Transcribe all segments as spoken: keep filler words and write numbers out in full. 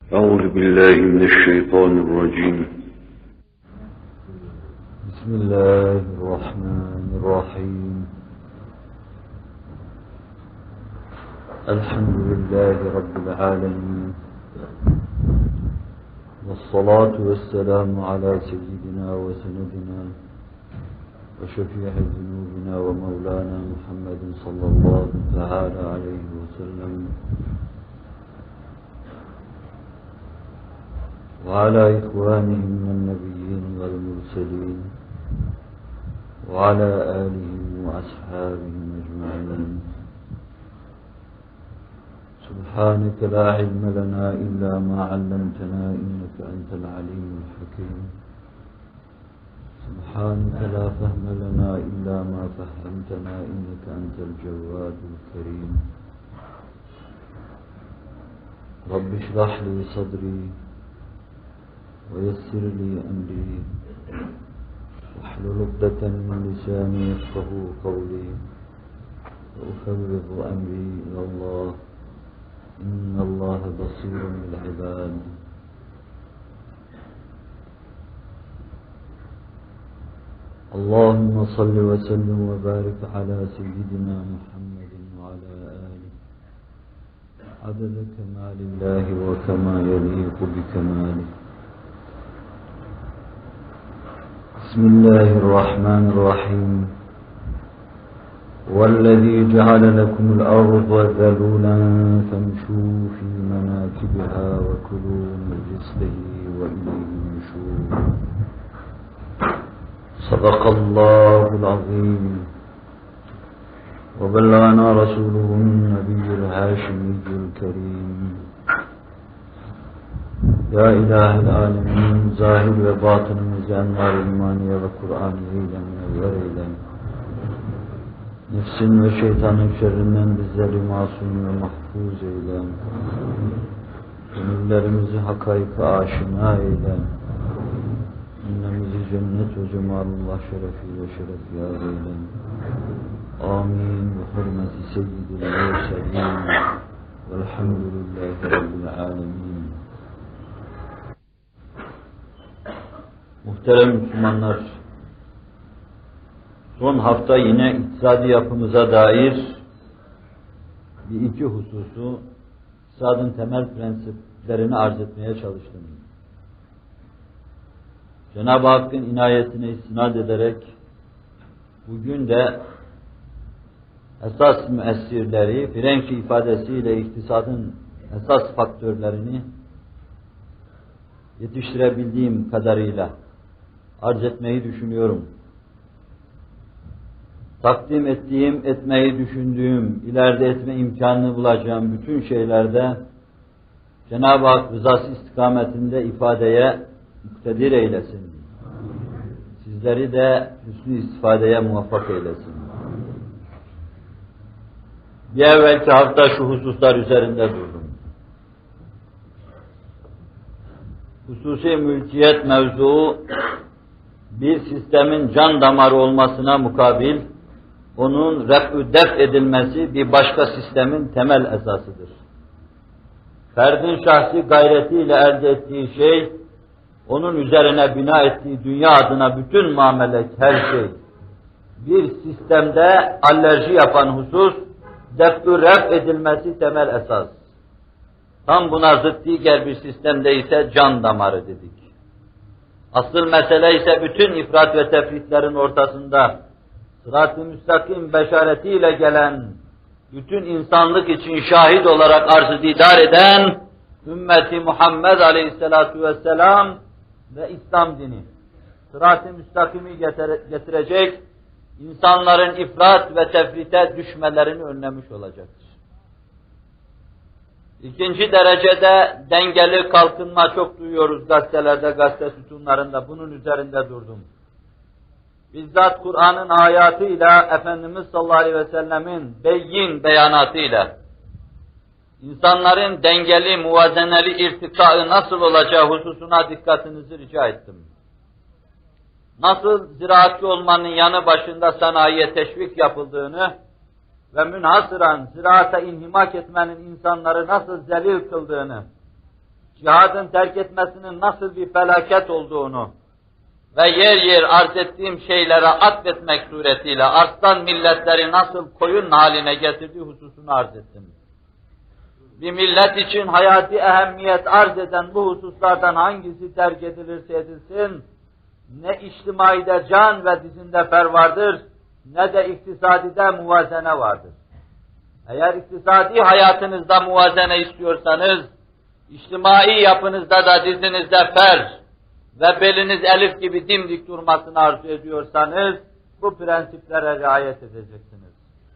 أعوذ بالله من الشيطان الرجيم. بسم الله الرحمن الرحيم. الحمد لله رب العالمين، والصلاة والسلام على سيدنا وسندنا وشفيع ذنوبنا ومولانا محمد صلى الله تعالى عليه وسلم، وعلى إخوانه من النبيين والمرسلين، وعلى آلهم وأصحابهم أجمعين. سبحانك لا علم لنا إلا ما علمتنا إنك أنت العليم الحكيم. سبحانك لا فهم لنا إلا ما فهمتنا إنك أنت الجواد الكريم. رب اشرح لي صدري ويسر لي أمري واحلل عقدة من لساني يفقهوا قولي وأفوض أمري إلى الله إن الله بصير بالعباد. اللهم صل وسلم وبارك على سيدنا محمد وعلى آله عدد كمال الله وكما يليق بكماله. بسم الله الرحمن الرحيم. والذي جعل لكم الأرض ذلولا فامشوا في مناكبها وكلوا من رزقه وإليه النشور. صدق الله العظيم. وبلغنا رسوله النبي الهاشمي الكريم. Ya İlahi Alemin, zahir ve batınımızı envar imaniye ve Kur'an-ı eyle, münevver eyle. Nefsin ve şeytanın şerrinden bizleri masum ve mahfuz eyle. Gönüllerimizi hakaika aşina eyle. İnnemizi cennet ve cemalullah şerefiyle şerefyar eyle. Amin. Ve hürmeti seyyidil murselin. Velhamdülillahi Rabbil alemin. Muhterem Müslümanlar, son hafta yine iktisadi yapımıza dair bir iki hususu, iktisadın temel prensiplerini arz etmeye çalıştım. Cenab-ı Hakk'ın inayetine istinad ederek bugün de esas müessirleri, Frençi ifadesiyle iktisadın esas faktörlerini yetiştirebildiğim kadarıyla arz etmeyi düşünüyorum. Takdim ettiğim, etmeyi düşündüğüm, ileride etme imkanını bulacağım bütün şeylerde Cenab-ı Hak rızası istikametinde ifadeye muktedir eylesin. Sizleri de hüsnü istifadeye muvaffak eylesin. Bir evvelki hafta şu hususlar üzerinde durdum. Hususi mülkiyet mevzuu bir sistemin can damarı olmasına mukabil, onun ref-ü def edilmesi bir başka sistemin temel esasıdır. Ferdin şahsi gayretiyle elde ettiği şey, onun üzerine bina ettiği dünya adına bütün muamelek, her şey, bir sistemde alerji yapan husus, def-ü ref edilmesi temel esas. Tam buna zıt diğer bir sistemde ise can damarı dedik. Asıl mesele ise bütün ifrat ve tefritlerin ortasında sırat-ı müstakim beşaretiyle gelen, bütün insanlık için şahit olarak arz-ı didar eden ümmeti Muhammed Aleyhisselatu Vesselam ve İslam dini. Sırat-ı müstakimi getirecek, insanların ifrat ve tefrite düşmelerini önlemiş olacaktır. İkinci derecede dengeli kalkınma çok duyuyoruz gazetelerde, gazete sütunlarında. Bunun üzerinde durdum. Bizzat Kur'an'ın ayatıyla, Efendimiz sallallahu aleyhi ve sellemin beyin beyanatıyla insanların dengeli, muvazeneli irtikaı nasıl olacağı hususuna dikkatinizi rica ettim. Nasıl ziraatçı olmanın yanı başında sanayiye teşvik yapıldığını ve münhasıran ziraata inhimak etmenin insanları nasıl zelil kıldığını, cihadın terk etmesinin nasıl bir felaket olduğunu ve yer yer arz ettiğim şeylere atfetmek suretiyle arslan milletleri nasıl koyun haline getirdiği hususunu arz ettim. Bir millet için hayati ehemmiyet arz eden bu hususlardan hangisi terk edilirse edilsin, ne içtimaide can ve dizinde fer vardır, ne de iktisadide muvazene vardır. Eğer iktisadi hayatınızda muvazene istiyorsanız, içtimai yapınızda da dizinizde fer ve beliniz elif gibi dimdik durmasını arzu ediyorsanız, bu prensiplere riayet edeceksiniz.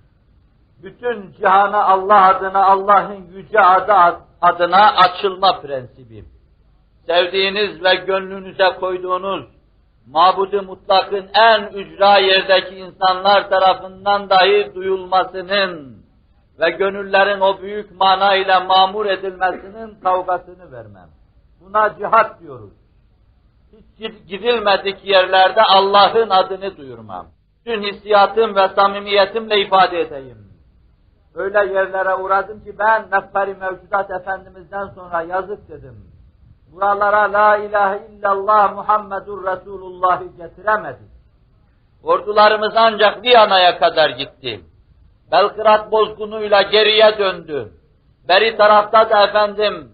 Bütün cihana Allah adına, Allah'ın yüce adı adına açılma prensibi. Sevdiğiniz ve gönlünüze koyduğunuz, mabud-u mutlakın en ücra yerdeki insanlar tarafından dahi duyulmasının ve gönüllerin o büyük manayla mamur edilmesinin kavgasını vermem. Buna cihat diyoruz. Hiç gidilmedik yerlerde Allah'ın adını duyurmam. Bütün hissiyatım ve samimiyetimle ifade edeyim. Öyle yerlere uğradım ki ben Mefberi Mevcudat Efendimiz'den sonra yazık dedim. Buralara la ilahe illallah Muhammedur Resulullah'ı getiremedik. Ordularımız ancak Viyana'ya kadar gitti. Belgrad bozgunuyla geriye döndü. Beri tarafta da efendim,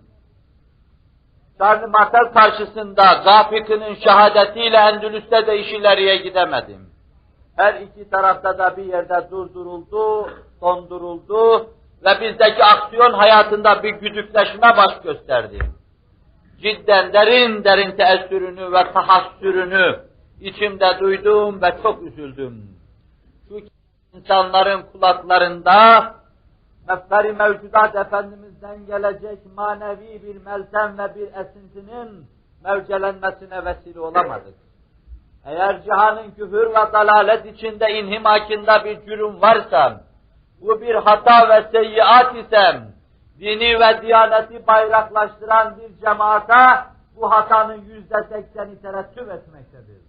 Charlie Martel karşısında Gafık'ın şehadetiyle Endülüs'te de iş ileriye gidemedim. Her iki tarafta da bir yerde durduruldu, donduruldu ve bizdeki aksiyon hayatında bir güdükleşme baş gösterdi. Cidden derin derin teessürünü ve tahassürünü içimde duydum ve çok üzüldüm. Şu insanların kulaklarında Mefberi Mevcudat Efendimiz'den gelecek manevi bir meltem ve bir esintinin mevcelenmesine vesile olamadık. Eğer cihanın küfür ve dalalet içinde inhimakında bir cürüm varsa, bu bir hata ve seyyiat isem, dini ve diyaneti bayraklaştıran bir cemaate bu hatanın yüzde sekseni terettüp etmektedir.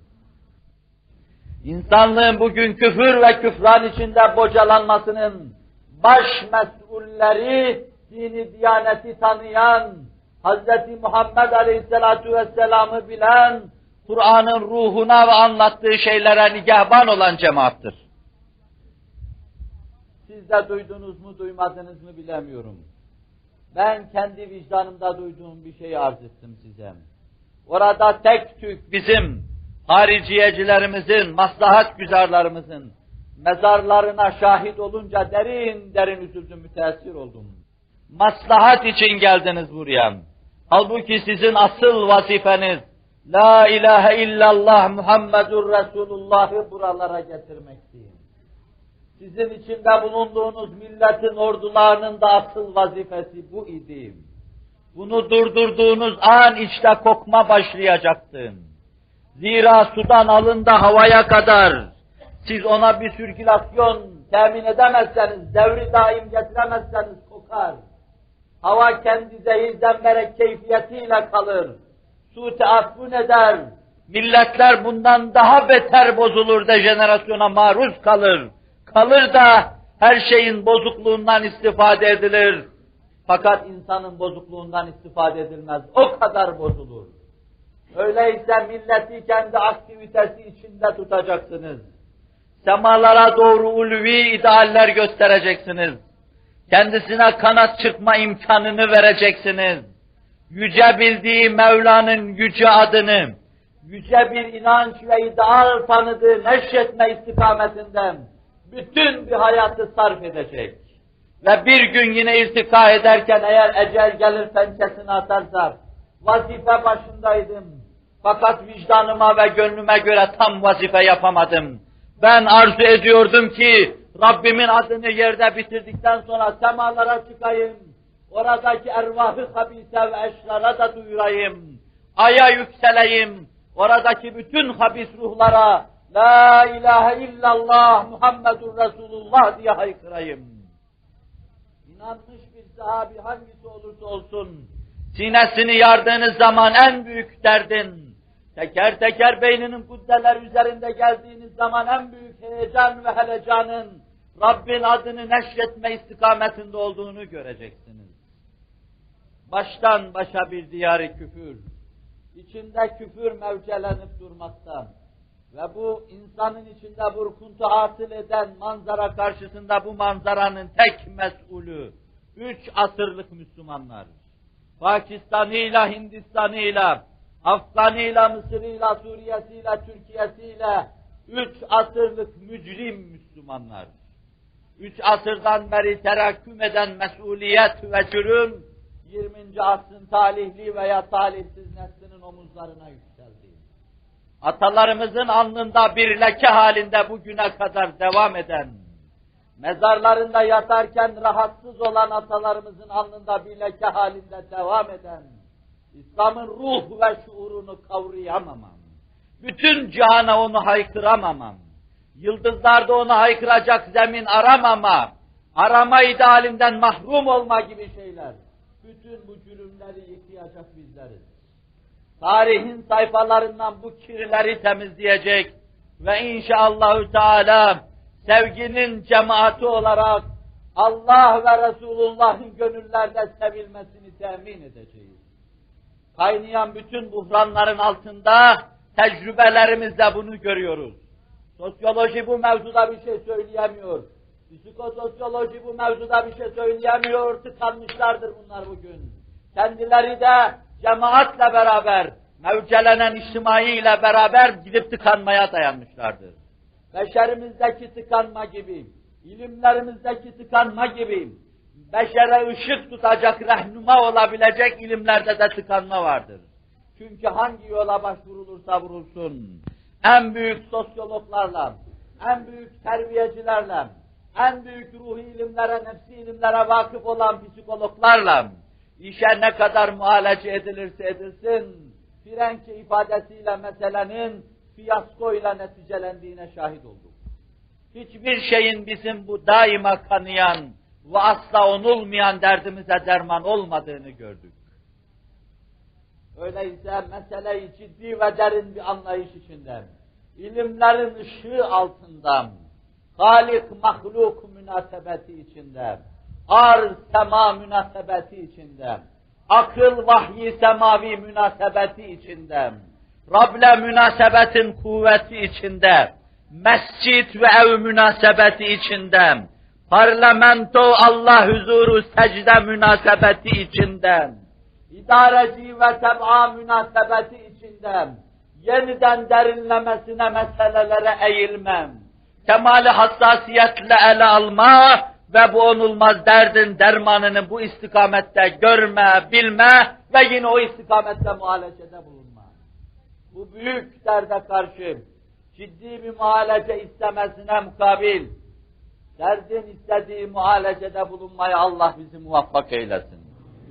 İnsanlığın bugün küfür ve küfran içinde bocalanmasının baş mesulleri, dini diyaneti tanıyan, Hazreti Muhammed Aleyhisselatu Vesselam'ı bilen, Kur'an'ın ruhuna ve anlattığı şeylere nigahban olan cemaattir. Siz de duydunuz mu, duymadınız mı bilemiyorum. Ben kendi vicdanımda duyduğum bir şeyi arz ettim size. Orada tek tük bizim, hariciyecilerimizin, maslahat güzarlarımızın mezarlarına şahit olunca derin derin üzüldüm, müteessir oldum. Maslahat için geldiniz buraya. Halbuki sizin asıl vazifeniz, La ilahe illallah Muhammedur Resulullah'ı buralara getirmektir. Sizin içinde bulunduğunuz milletin ordularının da asıl vazifesi bu idi. Bunu durdurduğunuz an içte kokma başlayacaktı. Zira sudan alın da havaya kadar siz ona bir sirkülasyon temin edemezseniz, devri daim getiremezseniz kokar. Hava kendi zehir zemberek keyfiyetiyle kalır. Su teaffün eder. Milletler bundan daha beter bozulur, dejenerasyona maruz kalır. Kalır da her şeyin bozukluğundan istifade edilir. Fakat insanın bozukluğundan istifade edilmez. O kadar bozulur. Öyleyse milleti kendi aktivitesi içinde tutacaksınız. Semalara doğru ulvi idealler göstereceksiniz. Kendisine kanat çırpma imkanını vereceksiniz. Yüce bildiği Mevla'nın yüce adını, yüce bir inanç ve ideal tanıdığı neşretme istikametinden bütün bir hayatı sarf edecek. Ve bir gün yine irtika ederken eğer ecel gelir pençesini atarsa, vazife başındaydım. Fakat vicdanıma ve gönlüme göre tam vazife yapamadım. Ben arzu ediyordum ki Rabbimin adını yerde bitirdikten sonra semalara çıkayım. Oradaki ervah-ı habise ve eşrara da duyurayım. Aya yükseleyim. Oradaki bütün habis ruhlara La ilahe illallah Muhammedur Resulullah diye haykırayım. İnanmış bir sahabi hangisi olursa olsun, sinesini yardığınız zaman en büyük derdin, teker teker beyninin kuddeler üzerinde geldiğiniz zaman en büyük heyecan ve helecanın Rabbin adını neşretme istikametinde olduğunu göreceksiniz. baştan başa bir diyarı küfür, içinde küfür mevcelenip durmaktan ve bu insanın içinde burkuntu hasıl eden manzara karşısında bu manzaranın tek mesulü, üç asırlık Müslümanlar, Pakistan'ıyla, Hindistan'ıyla, Afgan'ıyla, Mısır'ıyla, Suriye'siyle, Türkiye'siyle, üç asırlık mücrim Müslümanlar, üç asırdan beri terakküm eden mesuliyet ve cürüm, yirminci asrın talihli veya talihsiz neslinin omuzlarına yükseldi. Atalarımızın alnında bir leke halinde bugüne kadar devam eden, mezarlarında yatarken rahatsız olan atalarımızın alnında bir leke halinde devam eden, İslam'ın ruh ve şuurunu kavrayamamam, bütün cihana onu haykıramamam, yıldızlarda onu haykıracak zemin aramama, arama idealinden mahrum olma gibi şeyler, bütün bu cürümleri yıkayacak bizleriz. Tarihin sayfalarından bu kirleri temizleyecek ve inşallahü teala sevginin cemaati olarak Allah ve Resulullah'ın gönüllerde sevilmesini temin edeceğiz. Kaynayan bütün buhranların altında tecrübelerimizle bunu görüyoruz. Sosyoloji bu mevzuda bir şey söyleyemiyor. Psikososyoloji bu mevzuda bir şey söyleyemiyor. Tıkanmışlardır bunlar bugün. Kendileri de cemaatle beraber, mevcelenen içtimai ile beraber gidip tıkanmaya dayanmışlardır. Beşerimizdeki tıkanma gibi, ilimlerimizdeki tıkanma gibi, beşere ışık tutacak, rehnuma olabilecek ilimlerde de tıkanma vardır. Çünkü hangi yola başvurulursa vurulsun, en büyük sosyologlarla, en büyük terbiyecilerle, en büyük ruhi ilimlere, nefsi ilimlere vakıf olan psikologlarla, işe ne kadar muhalece edilirse edilsin, Frençe ifadesiyle meselenin fiyaskoyla neticelendiğine şahit olduk. Hiçbir şeyin bizim bu daima kanayan ve asla onulmayan derdimize derman olmadığını gördük. Öyleyse meseleyi ciddi ve derin bir anlayış içinde, ilimlerin ışığı altında, Halik mahluk münasebeti içinde, arz sema münasebeti içinde, akıl vahyi semavi münasebeti içinde, Rab'le münasebetin kuvveti içinde, mescit ve ev münasebeti içinde, parlamento Allah huzuru secde münasebeti içinde, idareci ve teb'a münasebeti içinde, yeniden derinlemesine meselelere eğilmem, kemali hassasiyetle ele alma ve bu onulmaz derdin dermanını bu istikamette görme, bilme ve yine o istikamette muhalecede bulunma. Bu büyük derde karşı ciddi bir muhalece istemesine mukabil, derdin istediği muhalecede bulunmaya Allah bizi muvaffak eylesin.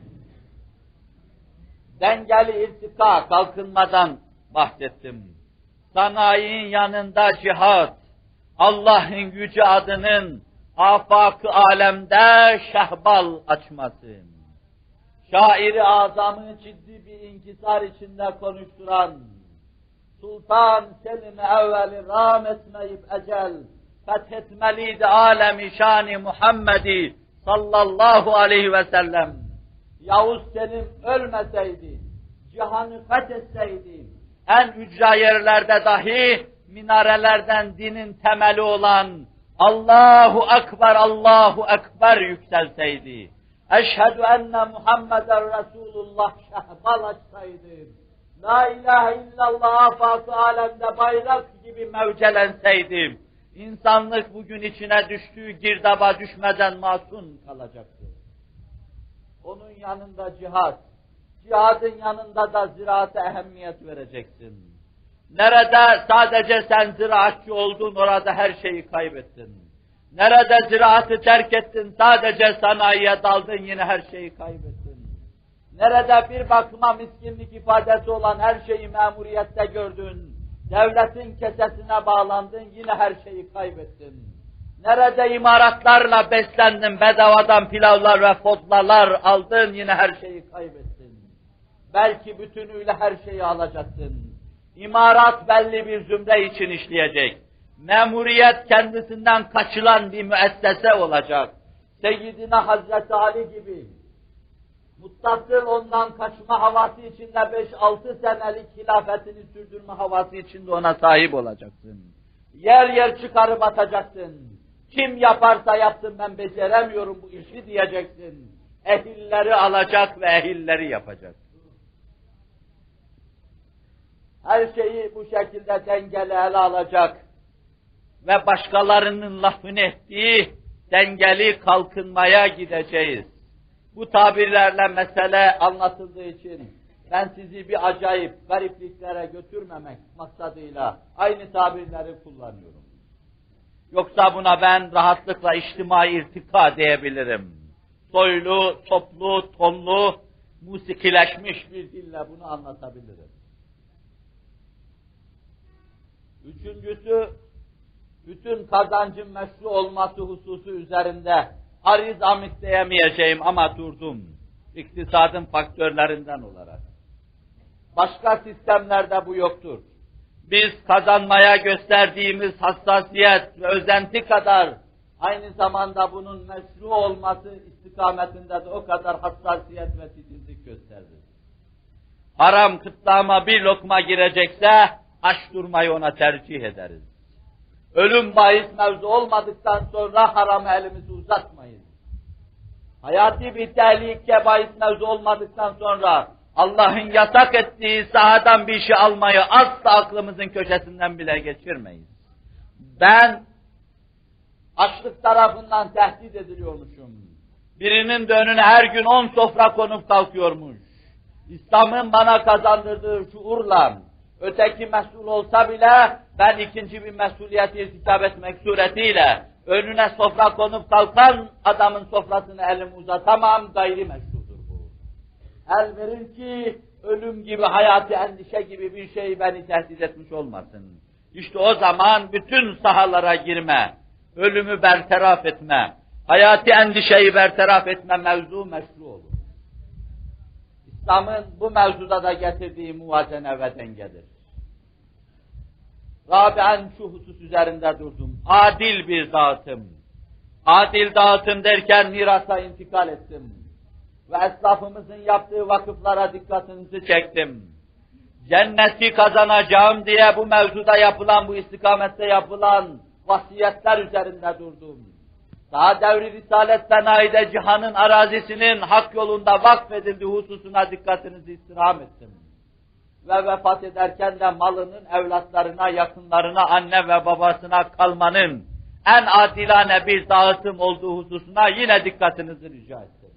Dengeli irtika, kalkınmadan bahsettim. Sanayinin yanında cihat, Allah'ın yüce adının afak-ı alemde şehbal açması. Şair-i azamı ciddi bir inkisar içinde konuşturan, Sultan Selim evveli ram etmeyip ecel, fethetmeliydi alemi şan-ı Muhammed'i sallallahu aleyhi ve sellem. Yavuz Selim ölmeseydi, cihanı fethetseydi, en ücra yerlerde dahi minarelerden dinin temeli olan Allahu Ekber, Allahu Ekber yükselseydi, eşhedü enne Muhammeden Resulullah şehbal açsaydı, la ilahe illallah afak-ı alemde bayrak gibi mevcelenseydi, insanlık bugün içine düştüğü girdaba düşmeden masum kalacaktı. Onun yanında cihat, cihadın yanında da ziraate ehemmiyet vereceksin. Nerede sadece sen ziraatçı oldun, orada her şeyi kaybettin. Nerede ziraatı terk ettin, sadece sanayiye daldın, yine her şeyi kaybettin. Nerede bir bakıma miskinlik ifadesi olan her şeyi memuriyette gördün, devletin kesesine bağlandın, yine her şeyi kaybettin. Nerede imaratlarla beslendin, bedavadan pilavlar ve fodlalar aldın, yine her şeyi kaybettin. Belki bütünüyle her şeyi alacaksın. İmarat belli bir zümre için işleyecek. Memuriyet kendisinden kaçılan bir müessese olacak. Seyyidina Hazreti Ali gibi, Muttasıl ondan kaçma havası içinde beş altı senelik hilafetini sürdürme havası içinde ona sahip olacaksın. Yer yer çıkarıp atacaksın. Kim yaparsa yapsın ben beceremiyorum bu işi diyeceksin. Ehilleri alacak ve ehilleri yapacak. Her şeyi bu şekilde dengeli ele alacak ve başkalarının lafını ettiği dengeli kalkınmaya gideceğiz. Bu tabirlerle mesele anlatıldığı için ben sizi bir acayip garipliklere götürmemek maksadıyla aynı tabirleri kullanıyorum. Yoksa buna ben rahatlıkla içtimai irtika diyebilirim. Soylu, toplu, tonlu, musikileşmiş bir dille bunu anlatabilirim. Üçüncüsü, bütün kazancın meşru olması hususu üzerinde ariz amik diyemeyeceğim ama durdum. İktisadın faktörlerinden olarak. Başka sistemlerde bu yoktur. Biz kazanmaya gösterdiğimiz hassasiyet ve özenti kadar aynı zamanda bunun meşru olması istikametinde de o kadar hassasiyet ve titizlik gösteririz. Haram kıtlağıma bir lokma girecekse aç durmayı ona tercih ederiz. Ölüm bahis mevzu olmadıktan sonra harama elimizi uzatmayız. Hayati bir tehlike bahis mevzu olmadıktan sonra Allah'ın yasak ettiği sahadan bir şey almayı asla aklımızın köşesinden bile geçirmeyiz. Ben açlık tarafından tehdit ediliyormuşum. Birinin de önüne her gün on sofra konup kalkıyormuş. İslam'ın bana kazandırdığı şuurla öteki mesul olsa bile ben ikinci bir mesuliyeti irtikap etmek suretiyle önüne sofra konup kalkan adamın sofrasını elimi uzatamam, gayri meşrudur bu. El verir ki ölüm gibi, hayati endişe gibi bir şey beni tehdit etmiş olmasın. İşte o zaman bütün sahalara girme, ölümü bertaraf etme, hayati endişeyi bertaraf etme mevzu meşru olur. İslam'ın bu mevzuda da getirdiği muvazene ve dengedir. Rabi'en şu husus üzerinde durdum. Adil bir dağıtım. Adil dağıtım derken mirasa intikal ettim. Ve esnafımızın yaptığı vakıflara dikkatinizi çektim. Cenneti kazanacağım diye bu mevzuda yapılan, bu istikamette yapılan vasiyetler üzerinde durdum. Daha devri Risalet Benayi'de cihanın arazisinin hak yolunda vakfedildiği hususuna dikkatinizi istirham ettim. Ve vefat ederken de malının evlatlarına, yakınlarına, anne ve babasına kalmanın en adilane bir dağıtım olduğu hususuna yine dikkatinizi rica ettim.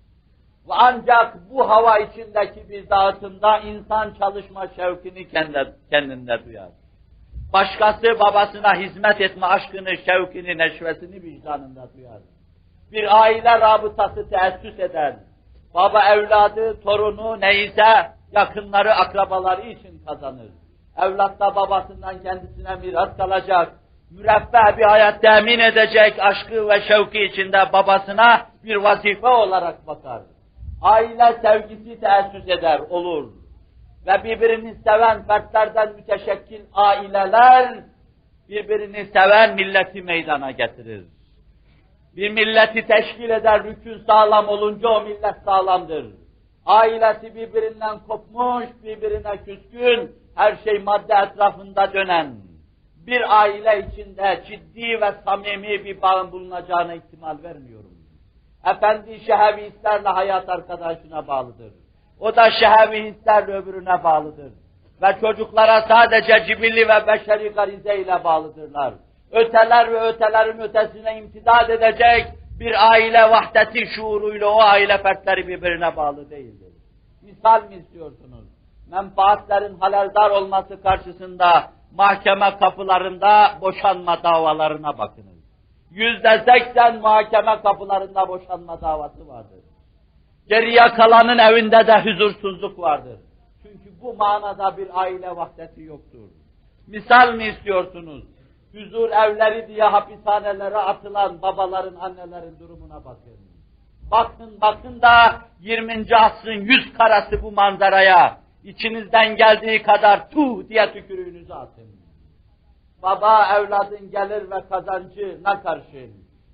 Ve ancak bu hava içindeki bir dağıtımda insan çalışma şevkini kendinde duyar. Başkası babasına hizmet etme aşkını, şevkini, neşvesini vicdanında duyar. Bir aile rabıtası teessüs eder. Baba evladı, torunu neyse yakınları, akrabaları için kazanır. Evlat da babasından kendisine miras kalacak. Müreffeh bir hayat temin edecek aşkı ve şevki içinde babasına bir vazife olarak bakar. Aile sevgisi teessüs eder, olur. Ve birbirini seven fertlerden müteşekkil aileler, birbirini seven milleti meydana getirir. Bir milleti teşkil eder, rükün sağlam olunca o millet sağlamdır. Ailesi birbirinden kopmuş, birbirine küskün, her şey madde etrafında dönen bir aile içinde ciddi ve samimi bir bağın bulunacağına ihtimal vermiyorum. Efendi şehevi hislerle hayat arkadaşına bağlıdır. O da şehevi hislerle öbürüne bağlıdır. Ve çocuklara sadece cibilli ve beşeri garizeyle bağlıdırlar. Öteler ve ötelerin ötesine imtidad edecek bir aile vahdeti şuuruyla o aile fertleri birbirine bağlı değildir. Misal mi istiyorsunuz? Menfaatlerin haleldar olması karşısında mahkeme kapılarında boşanma davalarına bakınız. Yüzde seksen mahkeme kapılarında boşanma davası vardır. Geriye kalanın evinde de huzursuzluk vardır. Çünkü bu manada bir aile vahdeti yoktur. Misal mi istiyorsunuz? Huzur evleri diye hapishanelere atılan babaların, annelerin durumuna bakın. Bakın, bakın da yirminci asrın yüz karası bu manzaraya, içinizden geldiği kadar tuh diye tükürüğünüzü atın. Baba evladın gelir ve kazancına karşı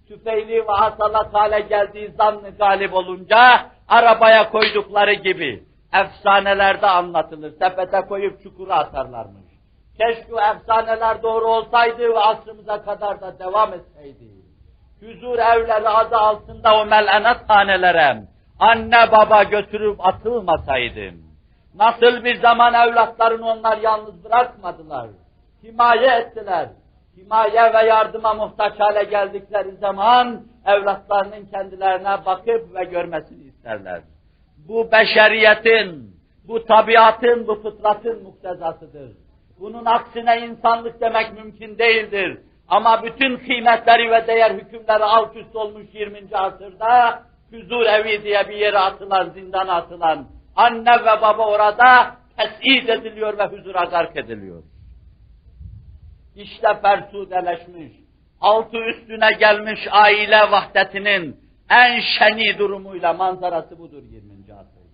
tüfeğli ve hasalat hale geldiği zannı galip olunca arabaya koydukları gibi efsanelerde anlatılır. Sepete koyup çukura atarlarmış. Keşke o efsaneler doğru olsaydı ve asrımıza kadar da devam etseydi. Huzur evleri adı altında o melanet hanelere anne baba götürüp atılmasaydı. Nasıl bir zaman evlatlarını onlar yalnız bırakmadılar. Himaye ettiler. Himaye ve yardıma muhtaç hale geldikleri zaman evlatlarının kendilerine bakıp ve görmesini isterler. Bu beşeriyetin, bu tabiatın, bu fıtratın muktezasıdır. Bunun aksine insanlık demek mümkün değildir. Ama bütün kıymetleri ve değer hükümleri alt üst olmuş yirminci asırda huzur evi diye bir yere atılan, zindana atılan anne ve baba orada tes'id ediliyor ve huzura gark ediliyor. İşte fersudeleşmiş, altı üstüne gelmiş aile vahdetinin en şeni durumuyla manzarası budur yirminci asırda.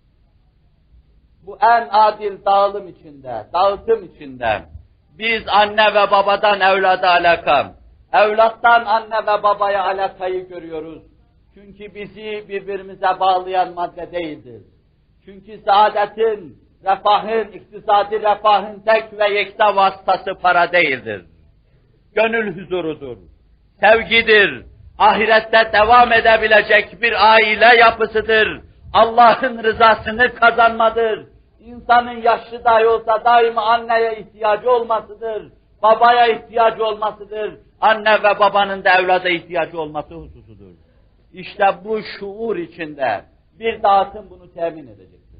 Bu en adil dağılım içinde, dağıtım içinde biz anne ve babadan evlada alaka, evlattan anne ve babaya alakayı görüyoruz. Çünkü bizi birbirimize bağlayan madde değildir. Çünkü saadetin, refahın, iktisadi refahın tek ve yekta vasıtası para değildir. Gönül huzurudur, sevgidir, ahirette devam edebilecek bir aile yapısıdır. Allah'ın rızasını kazanmadır. İnsanın yaşlı dahi olsa daima anneye ihtiyacı olmasıdır. Babaya ihtiyacı olmasıdır. Anne ve babanın da evlada ihtiyacı olması hususudur. İşte bu şuur içinde bir dağıtım bunu temin edecektir.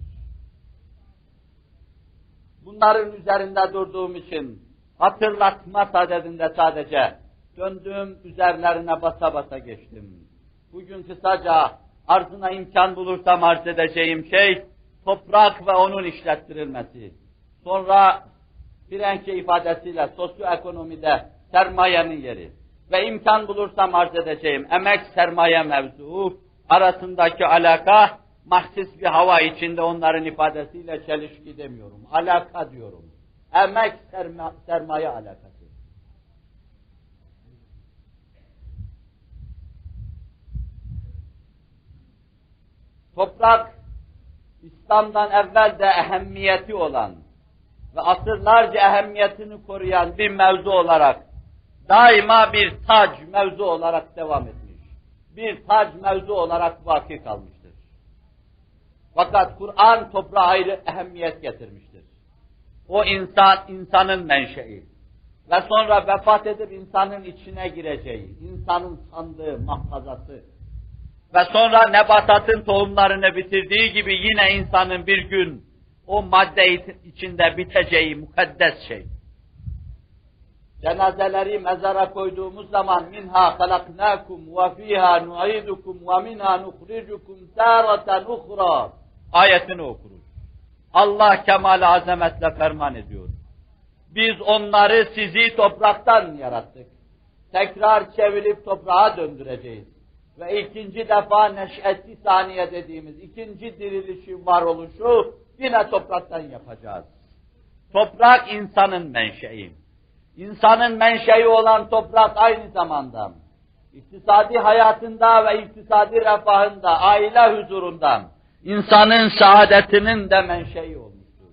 Bunların üzerinde durduğum için hatırlatma sadedinde sadece döndüğüm üzerlerine basa basa geçtim. Bugün kısaca arzına imkan bulursam arz edeceğim şey toprak ve onun işlettirilmesi. Sonra Frençe ifadesiyle sosyoekonomide sermayenin yeri ve imkan bulursam arz edeceğim emek sermaye mevzuu arasındaki alaka mahsis bir hava içinde onların ifadesiyle çelişki demiyorum. Alaka diyorum. Emek serma sermaye alakası. Toprak İslam'dan evvel de ehemmiyeti olan ve asırlarca ehemmiyetini koruyan bir mevzu olarak daima bir tac mevzu olarak devam etmiş. Bir tac mevzu olarak vaki kalmıştır. Fakat Kur'an toprağa ayrı ehemmiyet getirmiştir. O insan, insanın menşei ve sonra vefat edip insanın içine gireceği, insanın sandığı, mahfazası ve sonra nebatatın tohumlarını bitirdiği gibi yine insanın bir gün o madde içinde biteceği mukaddes şey. Cenazeleri mezara koyduğumuz zaman minha halaknakum ve fiha nu'idukum ve minha nukhrijukum taratan ukhra ayetini okuruz. Allah kemal azametle ferman ediyor. Biz onları sizi topraktan yarattık. Tekrar çevirip toprağa döndüreceğiz. Ve ikinci defa neş'eti saniye dediğimiz ikinci dirilişin varoluşu yine topraktan yapacağız. Toprak insanın menşei. İnsanın menşei olan toprak aynı zamanda iktisadi hayatında ve iktisadi refahında, aile huzurundan insanın saadetinin de menşei olmuştur.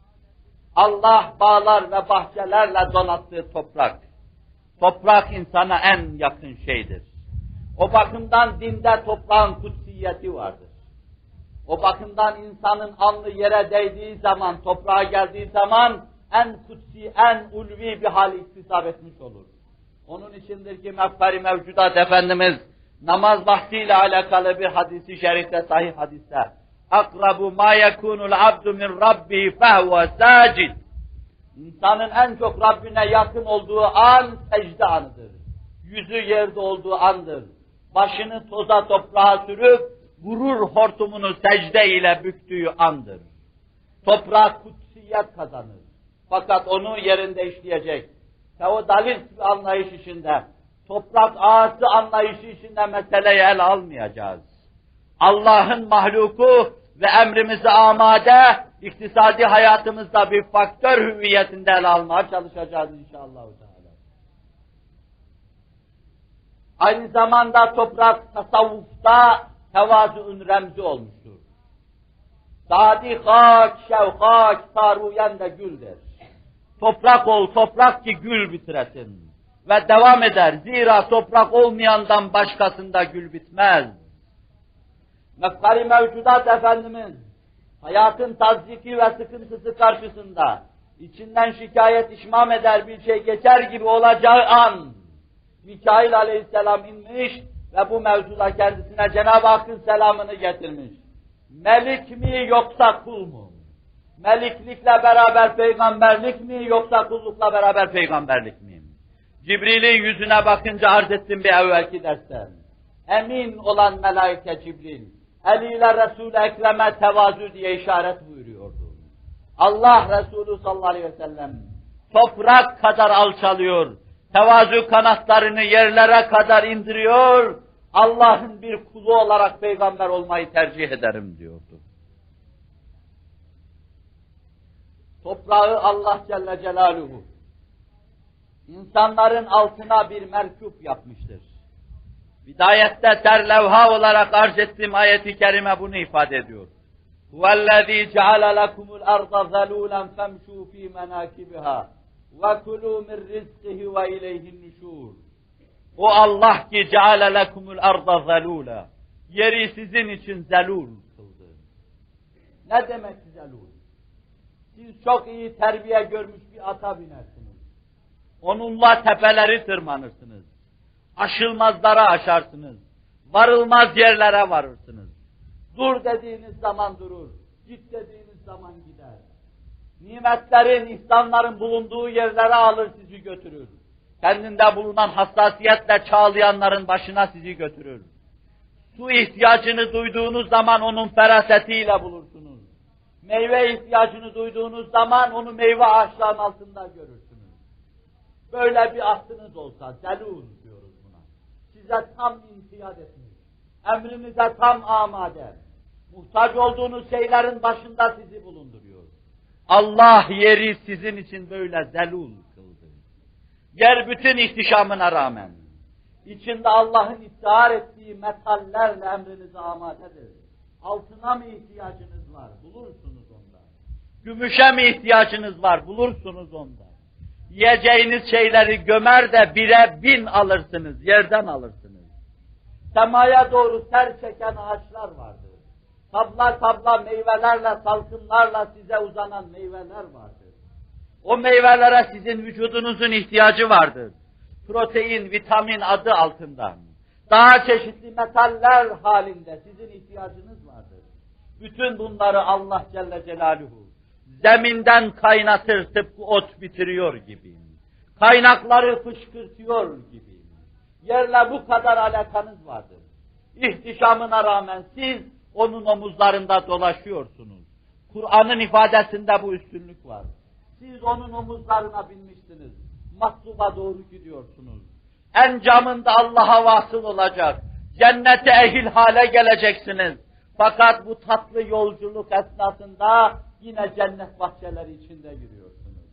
Allah bağlar ve bahçelerle donattığı toprak. Toprak insana en yakın şeydir. O bakımdan dinde toprağın kutsiyeti vardır. O bakımdan insanın alnı yere değdiği zaman, toprağa geldiği zaman en kutsi, en ulvi bir hal iktisap etmiş olur. Onun içindir ki mefkari mevcudat Efendimiz namaz vaktiyle alakalı bir hadisi şerifte, sahih hadiste akrabu ma yekunul abdu min rabbi fehuve sacid. İnsanın en çok Rabbine yakın olduğu an secde anıdır. Yüzü yerde olduğu andır. Başını toza toprağa sürüp gurur hortumunu secde ile büktüğü andır. Toprak kutsiyet kazanır. Fakat onu yerinde işleyecek. Feodalist bir anlayış içinde, toprak ağası anlayışı içinde meseleyi ele almayacağız. Allah'ın mahluku ve emrimize amade, iktisadi hayatımızda bir faktör hüviyetinde ele almaya çalışacağız inşallah. Aynı zamanda toprak tasavvufta tevazuun remzi olmuştur. Sadi hak, şevhak, taruyen de güldür. Toprak ol, toprak ki gül bitiresin. Ve devam eder. Zira toprak olmayandan başkasında gül bitmez. Mefkari mevcudat Efendimiz, hayatın tazyiki ve sıkıntısı karşısında, içinden şikayet işmam eder bir şey geçer gibi olacağı an, Mikail aleyhisselam inmiş ve bu mevzuda kendisine Cenab-ı Hakk'ın selamını getirmiş. Melik mi yoksa kul mu? Meliklikle beraber peygamberlik mi yoksa kullukla beraber peygamberlik mi? Cibril'in yüzüne bakınca arz ettim bir evvelki dersten. Emin olan melaike Cibril, eliyle Resul-i Ekrem'e tevazu diye işaret buyuruyordu. Allah Resulü sallallahu aleyhi ve sellem toprak kadar alçalıyor, tevazu kanatlarını yerlere kadar indiriyor, Allah'ın bir kulu olarak peygamber olmayı tercih ederim diyordu. Toprağı Allah Celle Celaluhu insanların altına bir merkûp yapmıştır. Bidayette terlevha olarak arz ettiğim ayet-i kerime bunu ifade ediyor. هُوَالَّذ۪ي جَعَلَ لَكُمُ الْأَرْضَ ذَلُولًا فَامْشُوا ف۪ي مَنَاكِبِهَا وَكُلُوا مِنْ رِزْقِهِ وَاِلَيْهِ النُّشُورِ. O Allah ki ceale lekumul arda zelula. Yeri sizin için zelul kıldı. Ne demek zelul? Siz çok iyi terbiye görmüş bir ata binersiniz. Onunla tepeleri tırmanırsınız. Aşılmazlara aşarsınız. Varılmaz yerlere varırsınız. Dur dediğiniz zaman durur. Git dediğiniz zaman gider. Nimetlerin, ihsanların bulunduğu yerlere alır sizi götürür. Kendinde bulunan hassasiyetle çağlayanların başına sizi götürür. Su ihtiyacını duyduğunuz zaman onun ferasetiyle bulursunuz. Meyve ihtiyacını duyduğunuz zaman onu meyve ağaçlarının altında görürsünüz. Böyle bir aklınız olsa, zelûn diyoruz buna. Size tam imtiyaz etmiş, emrinize tam amade, muhtaç olduğunuz şeylerin başında sizi bulunduruyor. Allah yeri sizin için böyle zelûl kıldı. Yer bütün ihtişamına rağmen, içinde Allah'ın iftihar ettiği metallerle emrinize amadedir. Altına mı ihtiyacınız var? Bulursunuz onda. Gümüşe mi ihtiyacınız var? Bulursunuz onda. Yiyeceğiniz şeyleri gömer de bire bin alırsınız, yerden alırsınız. Semaya doğru ser çeken ağaçlar vardır. Tabla tabla meyvelerle, salkımlarla size uzanan meyveler vardır. O meyvelere sizin vücudunuzun ihtiyacı vardır. Protein, vitamin adı altında. Daha çeşitli metaller halinde sizin ihtiyacınız vardır. Bütün bunları Allah Celle Celaluhu zeminden kaynatır, tıpkı ot bitiriyor gibi. Kaynakları fışkırtıyor gibi. Yerle bu kadar alakanız vardır. İhtişamına rağmen siz onun omuzlarında dolaşıyorsunuz. Kur'an'ın ifadesinde bu üstünlük var. Siz onun omuzlarına binmişsiniz. Mahsuba doğru gidiyorsunuz. Encamında Allah'a vasıl olacak. Cennete ehil hale geleceksiniz. Fakat bu tatlı yolculuk esnasında yine cennet bahçeleri içinde yürüyorsunuz.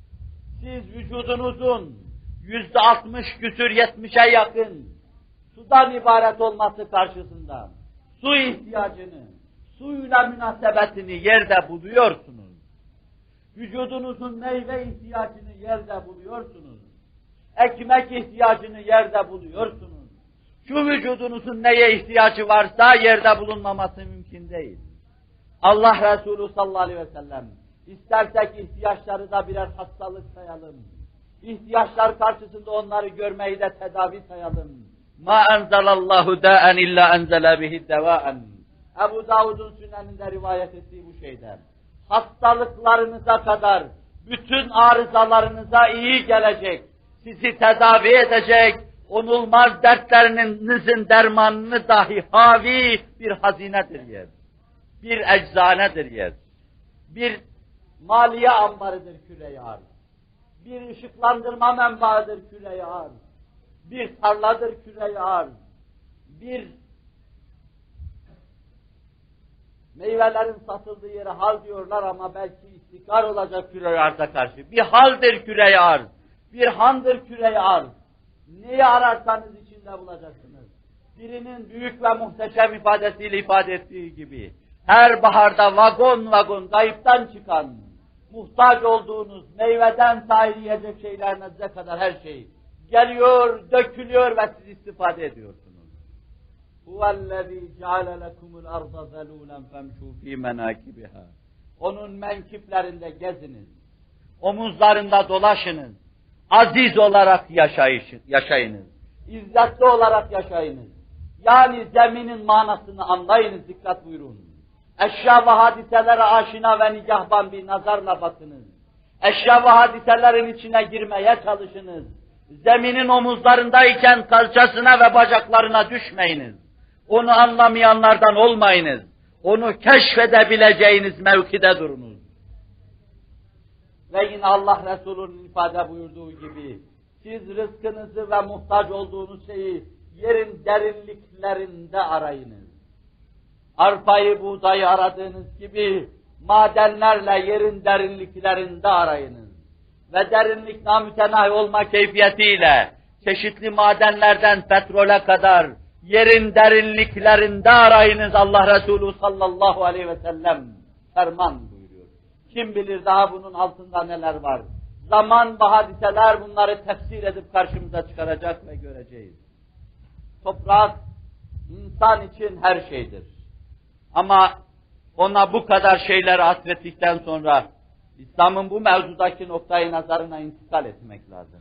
Siz vücudunuzun yüzde altmış küsür yetmişe yakın sudan ibaret olması karşısında su ihtiyacını, suyla münasebetini yerde buluyorsunuz. Vücudunuzun meyve ihtiyacını yerde buluyorsunuz. Ekmek ihtiyacını yerde buluyorsunuz. Şu vücudunuzun neye ihtiyacı varsa yerde bulunmaması mümkün değil. Allah Resulü sallallahu aleyhi ve sellem istersek ihtiyaçları da birer hastalık sayalım. İhtiyaçlar karşısında onları görmeyi de tedavi sayalım. Ma enzelallahu da'en illa enzele bihi devaen. Ebu Davud'un süneninde rivayet ettiği bu şeyden. Hastalıklarınıza kadar bütün arızalarınıza iyi gelecek, sizi tedavi edecek, onulmaz dertlerinizin dermanını dahi havi bir hazinedir yer. Bir eczanedir yer. Bir maliye ambarıdır küre-i arz. Bir ışıklandırma menbaıdır küre-i arz. Bir tarladır küre-i arz. Bir meyvelerin satıldığı yere hal diyorlar ama belki istikrar olacak küre-i arza karşı. Bir haldir küre-i arz. Bir handır küre-i arz. Neyi ararsanız içinde içinde bulacaksınız. Birinin büyük ve muhteşem ifadesiyle ifade ettiği gibi, her baharda vagon vagon kayıptan çıkan, muhtaç olduğunuz meyveden sahil yiyecek şeylerinize kadar her şey geliyor, dökülüyor ve siz istifade ediyorsunuz. Huvellezî ceale lekumul arda zelûlen femşû fî menâkibiha. Onun menkiplerinde geziniz, omuzlarında dolaşınız, aziz olarak yaşayınız, izzetli olarak yaşayınız. Yani zeminin manasını anlayınız, dikkat buyurun. Eşya ve hadiselere aşina ve nigahban bir nazarla bakınız. Eşya ve hadiselerin içine girmeye çalışınız. Zeminin omuzlarındayken kalçasına ve bacaklarına düşmeyiniz. Onu anlamayanlardan olmayınız. Onu keşfedebileceğiniz mevkide durunuz. Ve yine Allah Resulü'nün ifade buyurduğu gibi, siz rızkınızı ve muhtaç olduğunuz şeyi yerin derinliklerinde arayınız. Arpayı, buğdayı aradığınız gibi, madenlerle yerin derinliklerinde arayınız. Ve derinlik namütenahi olma keyfiyetiyle, çeşitli madenlerden petrole kadar, yerin derinliklerinde arayınız Allah Resulü sallallahu aleyhi ve sellem ferman buyuruyor. Kim bilir daha bunun altında neler var. Zaman ve hadiseler bunları tefsir edip karşımıza çıkaracak ve göreceğiz. Toprak, insan için her şeydir. Ama ona bu kadar şeyleri atfettikten sonra, İslam'ın bu mevzudaki noktayı nazarına intikal etmek lazım.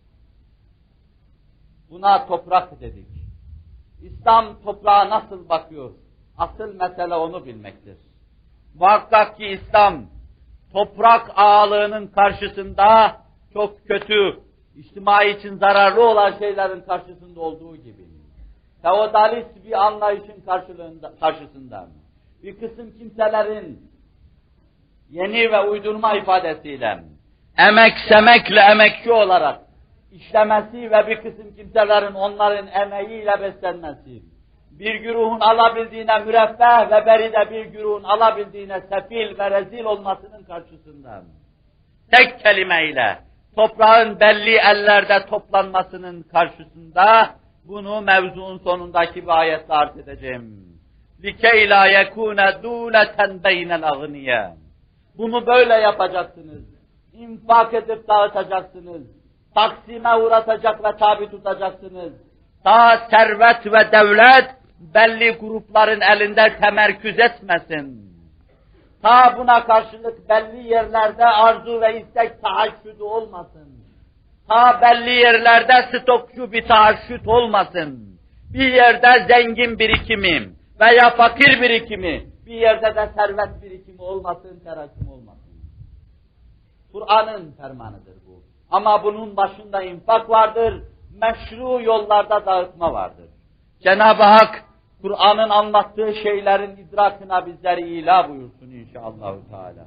Buna toprak dedik. İslam toprağa nasıl bakıyor? Asıl mesele onu bilmektir. Muhakkak ki İslam, toprak ağalığının karşısında çok kötü, içtimai için zararlı olan şeylerin karşısında olduğu gibi, feodalist bir anlayışın karşılığında, karşısında, bir kısım kimselerin yeni ve uydurma ifadesiyle, emek semekle emekçi olarak işlemesi ve bir kısım kimselerin onların emeğiyle beslenmesi, bir güruhun alabildiğine müreffeh ve beride bir güruhun alabildiğine sefil ve rezil olmasının karşısında, tek kelimeyle toprağın belli ellerde toplanmasının karşısında, bunu mevzuun sonundaki bir ayetle arz edeceğim. لِكَيْ لَا يَكُونَ دُولَةً بَيْنَ الْاَغْنِيَا. Bunu böyle yapacaksınız. İnfak edip dağıtacaksınız. Taksime uğratacak ve tabi tutacaksınız. Ta servet ve devlet belli grupların elinde temerküz etmesin. Ta buna karşılık belli yerlerde arzu ve istek tahaşşüdü olmasın. Ta belli yerlerde stokçu bir tahaşşüt olmasın. Bir yerde zengin birikimi veya fakir birikimi, bir yerde de servet birikimi olmasın, terakim olmasın. Kur'an'ın fermanıdır bu. Ama bunun başında infak vardır, meşru yollarda dağıtma vardır. Cenab-ı Hak, Kur'an'ın anlattığı şeylerin idrakına bizleri ila buyursun inşallah Teala.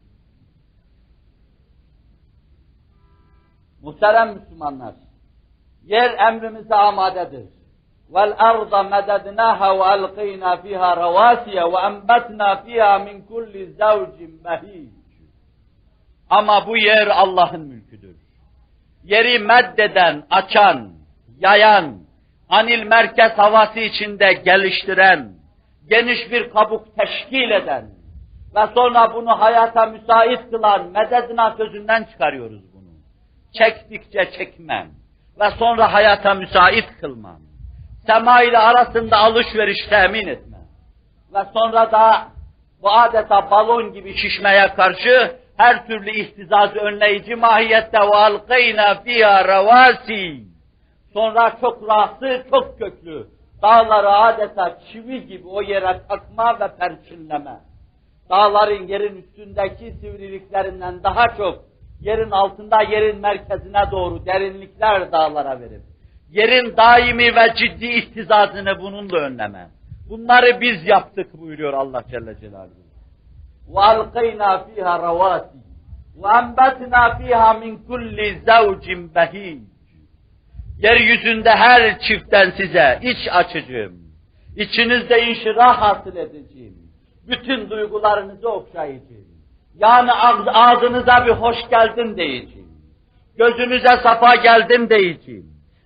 Muhterem Müslümanlar, yer emrimize amadedir. وَالْاَرْضَ مَدَدْنَاهَا وَاَلْقِيْنَا فِيهَا رَوَاسِيَ وَاَنْبَتْنَا فِيهَا مِنْ كُلِّ زَوْجٍ بَهِيجٍ. Ama bu yer Allah'ın mülküdür. Yeri meddeden, açan, yayan, anil merkez havası içinde geliştiren, geniş bir kabuk teşkil eden ve sonra bunu hayata müsait kılan mededna sözünden çıkarıyoruz bunu. Çektikçe çekmem ve sonra hayata müsait kılmam. Sema ile arasında alışveriş temin etme. Ve sonra da bu adeta balon gibi şişmeye karşı her türlü ihtizazı önleyici mahiyette وَاَلْقَيْنَا فِيهَا رَوَاسِي. Sonra çok rası, çok köklü dağları adeta çivi gibi o yere takma ve perçinleme. Dağların yerin üstündeki sivriliklerinden daha çok yerin altında, yerin merkezine doğru derinlikler dağlara verip yerin daimi ve ciddi ihtizazını bununla önleme. Bunları biz yaptık buyuruyor Allah Celle Celaluhu. وَاَلْقَيْنَا فِيهَا رَوَاسِي وَاَنْبَتْنَا فِيهَا مِنْ كُلِّ زَوْجٍ بَهِيجٍ. Yeryüzünde her çiftten size iç açıcım, içinizde inşirah hasıl edeceğim, bütün duygularınızı okşayacağım. Yani ağzınıza bir hoş geldin diyeceğim, gözünüze safa geldim diyeceğim.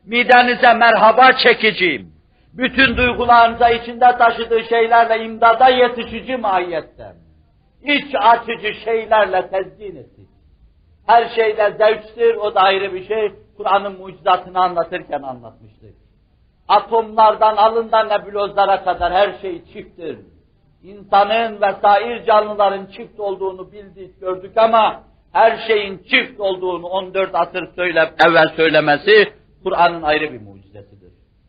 midenize merhaba çekiciyim. Bütün duygularınıza içinde taşıdığı şeylerle imdada yetişici mahiyetten. İç açıcı şeylerle tezyin ettik. Her şeyde zevktir, o da ayrı bir şey. Kur'an'ın mucizatını anlatırken anlatmıştık. Atomlardan alın da nebulozlara kadar her şey çifttir. İnsanın ve sair canlıların çift olduğunu bildik, gördük ama her şeyin çift olduğunu on dört asır söyle, evvel söylemesi Kur'an'ın ayrı bir mucizesidir.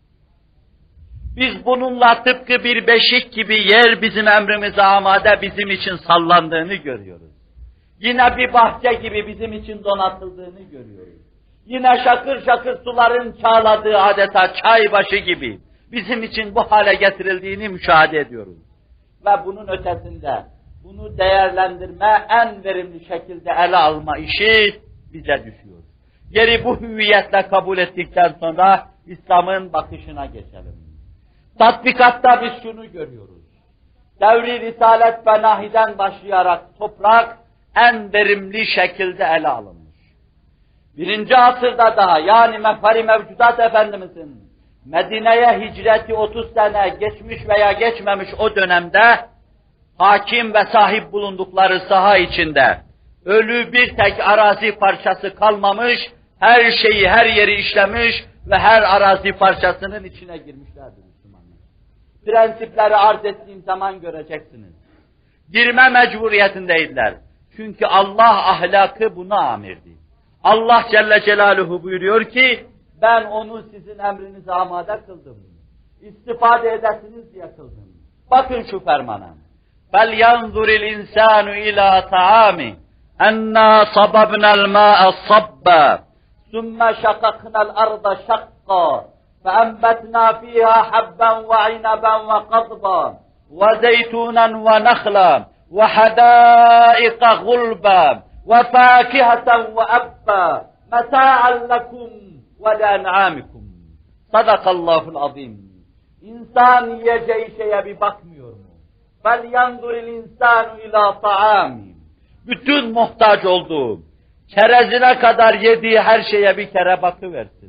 Biz bununla tıpkı bir beşik gibi yer bizim emrimize amade bizim için sallandığını görüyoruz. Yine bir bahçe gibi bizim için donatıldığını görüyoruz. Yine şakır şakır suların çağladığı adeta çay başı gibi bizim için bu hale getirildiğini müşahede ediyoruz. Ve bunun ötesinde bunu değerlendirme, en verimli şekilde ele alma işi bize düşüyor. Yeri bu hüviyetle kabul ettikten sonra İslam'ın bakışına geçelim. Tatbikatta biz şunu görüyoruz. Devri Risalet ve Nahi'den başlayarak toprak en verimli şekilde ele alınmış. Birinci asırda daha, yani mefhari mevcudat Efendimizin Medine'ye hicreti otuz sene geçmiş veya geçmemiş o dönemde hakim ve sahip bulundukları saha içinde ölü bir tek arazi parçası kalmamış, her şeyi, her yeri işlemiş ve her arazi parçasının içine girmişlerdir Müslümanlar. Prensipleri arz ettiğim zaman göreceksiniz. Girme mecburiyetindeydiler. Çünkü Allah ahlakı buna amirdi. Allah Celle Celaluhu buyuruyor ki, ben onu sizin emrinize amade kıldım. İstifade edesiniz diye kıldım. Bakın şu fermana. فَلْيَنْظُرِ الْاِنْسَانُ اِلَى طَعَامِ اَنَّا صَبَبْنَا الْمَاءَ صَبًّا ثُمَّ شَقَقْنَا الْأَرْضَ شَقًّا فَأَنْبَتْنَا فِيهَا حَبًّا وَعِنَبًا وَقَضْبًا وَزَيْتُونًا وَنَخْلًا وَحَدَائِقَ غُلْبًا وَفَاكِهَةً وَأَبًّا مَتَاعًا لَكُمْ وَلَاَنْعَامِكُمْ. Sadakallahul azim. İnsan yiyeceği şeye bir bakmıyor mu? فَلْيَنْظُرِ الْاِنْسَانُ اِلَى طَعَامٍ. Bütün muhtaç olduğu, çerezine kadar yediği her şeye bir kere bakıversin.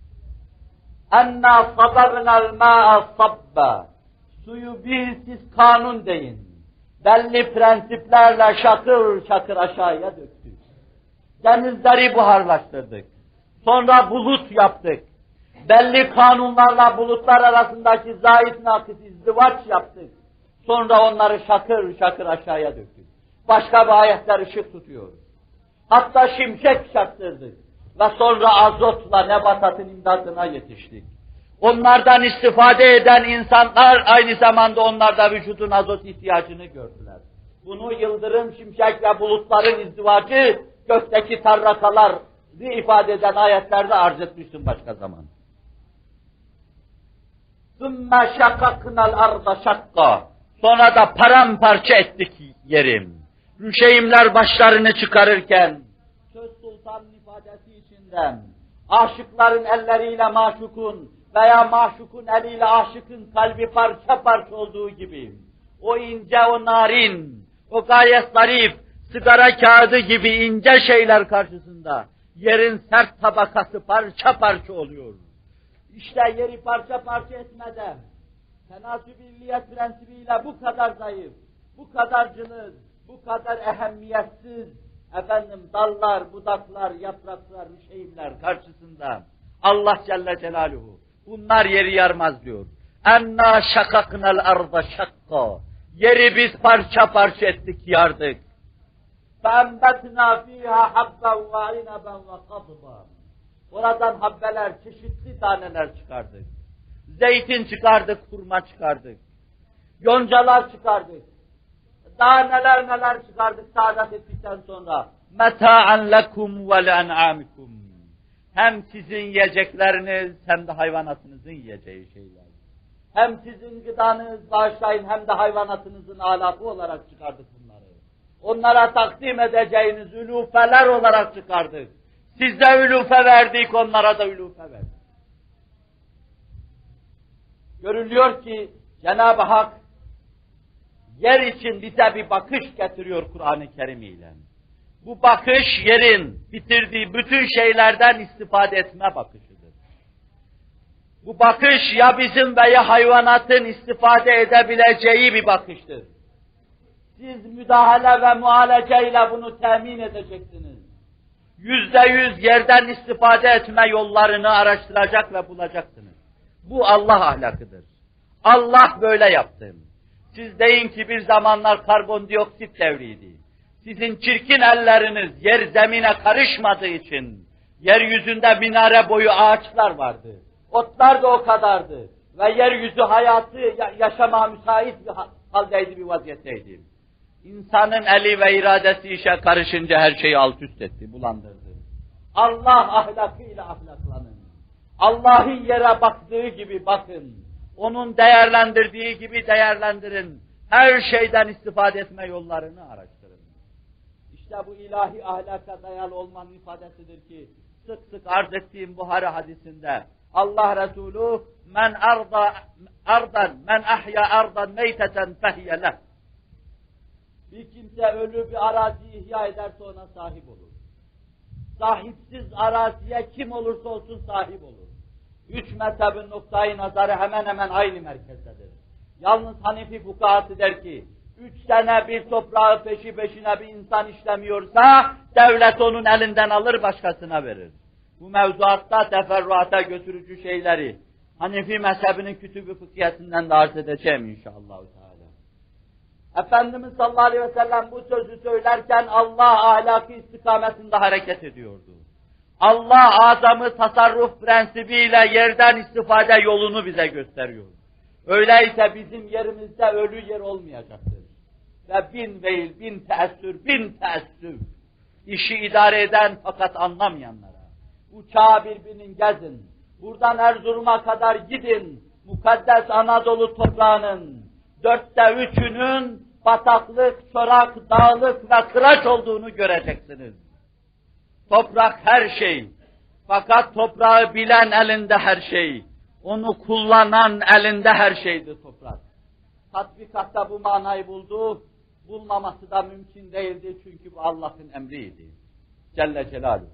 اَنَّا صَبَبْنَا الْمَاءَ صَبًّا. Suyu bir siz kanun deyin. Belli prensiplerle şakır şakır aşağıya döktük. Denizleri buharlaştırdık. Sonra bulut yaptık. Belli kanunlarla bulutlar arasındaki zahit nakis izdivaç yaptık. Sonra onları şakır şakır aşağıya döktük. Başka bir ayetler ışık tutuyor. Hatta şimşek çaktırdık. Ve sonra azotla nebatatın imdadına yetiştik. Onlardan istifade eden insanlar aynı zamanda onlarda vücudun azot ihtiyacını gördüler. Bunu yıldırım, şimşek ve bulutların izdivacı gökteki tarrakaları ifade eden ayetlerde arz etmiştim başka zaman. ثُمَّ شَقَقْنَا الْأَرْضَ شَقًّا. Sonra da paramparça ettik yerim. Rüşeğimler başlarını çıkarırken, söz sultanın ifadesi içinden, aşıkların elleriyle maşukun veya maşukun eliyle aşıkın kalbi parça parça olduğu gibi, o ince, o narin, o gayet zarif, sigara kağıdı gibi ince şeyler karşısında, yerin sert tabakası parça parça oluyor. İşte yeri parça parça etmeden, tenasübilliyet prensibiyle bu kadar zayıf, bu kadar cılız, bu kadar ehemmiyetsiz, efendim dallar, budaklar, yapraklar, şeyler karşısında Allah Celle Celaluhu bunlar yeri yarmaz diyor. Enna şakaknal arda şakka. Yeri biz parça parça ettik, yardık. فَاَنْبَتْنَا ف۪يهَا حَبًّا وَعِنَبًا وَقَضْبًا. Oradan habbeler, çeşitli taneler çıkardık. Zeytin çıkardık, hurma çıkardık. Yoncalar çıkardık. Daha neler neler çıkardık saadet ettikten sonra. مَتَاعًا لَكُمْ وَلَاَنْعَامِكُمْ. Hem sizin yiyecekleriniz hem de hayvanatınızın yiyeceği şeyler. Hem sizin gıdanız bağışlayın hem de hayvanatınızın alafı olarak çıkardık bunları. Onlara takdim edeceğiniz ülufeler olarak çıkardık. Size ülufe verdik, onlara da ülufe verdik. Görülüyor ki Cenab-ı Hak yer için bize bir bakış getiriyor Kur'an-ı Kerim ile. Bu bakış yerin bitirdiği bütün şeylerden istifade etme bakışıdır. Bu bakış ya bizim veya hayvanatın istifade edebileceği bir bakıştır. Siz müdahale ve muhalece ile bunu temin edeceksiniz. Yüzde yüz yerden istifade etme yollarını araştıracak ve bulacaksınız. Bu Allah ahlakıdır. Allah böyle yaptı. Siz deyin ki bir zamanlar karbondioksit devriydi. Sizin çirkin elleriniz yer zemine karışmadığı için yeryüzünde minare boyu ağaçlar vardı. Otlar da o kadardı. Ve yeryüzü hayatı yaşama müsait bir haldeydi, bir vaziyetteydi. İnsanın eli ve iradesi işe karışınca her şeyi alt üst etti, bulandırdı. Allah ahlakıyla ahlaklanın. Allah'ın yere baktığı gibi bakın. Onun değerlendirdiği gibi değerlendirin. Her şeyden istifade etme yollarını araştırın. İşte bu ilahi ahlaka dayalı olmanın ifadesidir ki sık sık arz ettiğim Buhari hadisinde Allah Resulü men arda ardan men ahya ardan meyteten fehiye leh. Bir kimse ölü bir arazi ihya ederse ona sahip olur. Sahipsiz araziye kim olursa olsun sahip olur. Üç mezhebin noktayı nazarı hemen hemen aynı merkezdedir. Yalnız Hanefi fukahatı der ki, üç sene bir toprağı peşi peşine bir insan işlemiyorsa, devlet onun elinden alır başkasına verir. Bu mevzuatta teferruata götürücü şeyleri, Hanefi mezhebinin kütüb-ü fıkhiyesinden de arz edeceğim inşallah. Efendimiz sallallahu aleyhi ve sellem bu sözü söylerken Allah ahlakı istikametinde hareket ediyordu. Allah azamı tasarruf prensibiyle yerden istifade yolunu bize gösteriyor. Öyleyse bizim yerimizde ölü yer olmayacaktır. Ve bin veil, bin teessür, bin teessüf. İşi idare eden fakat anlamayanlara. Uçağı birbirinin gezin. Buradan Erzurum'a kadar gidin. Mukaddes Anadolu toprağının dörtte üçünün bataklık, çorak, dağlık ve kıraç olduğunu göreceksiniz. Toprak her şey. Fakat toprağı bilen elinde her şey. Onu kullanan elinde her şeydi toprak. Tatbikatta bu manayı buldu. Bulmaması da mümkün değildi çünkü bu Allah'ın emriydi. Celle Celaluhu.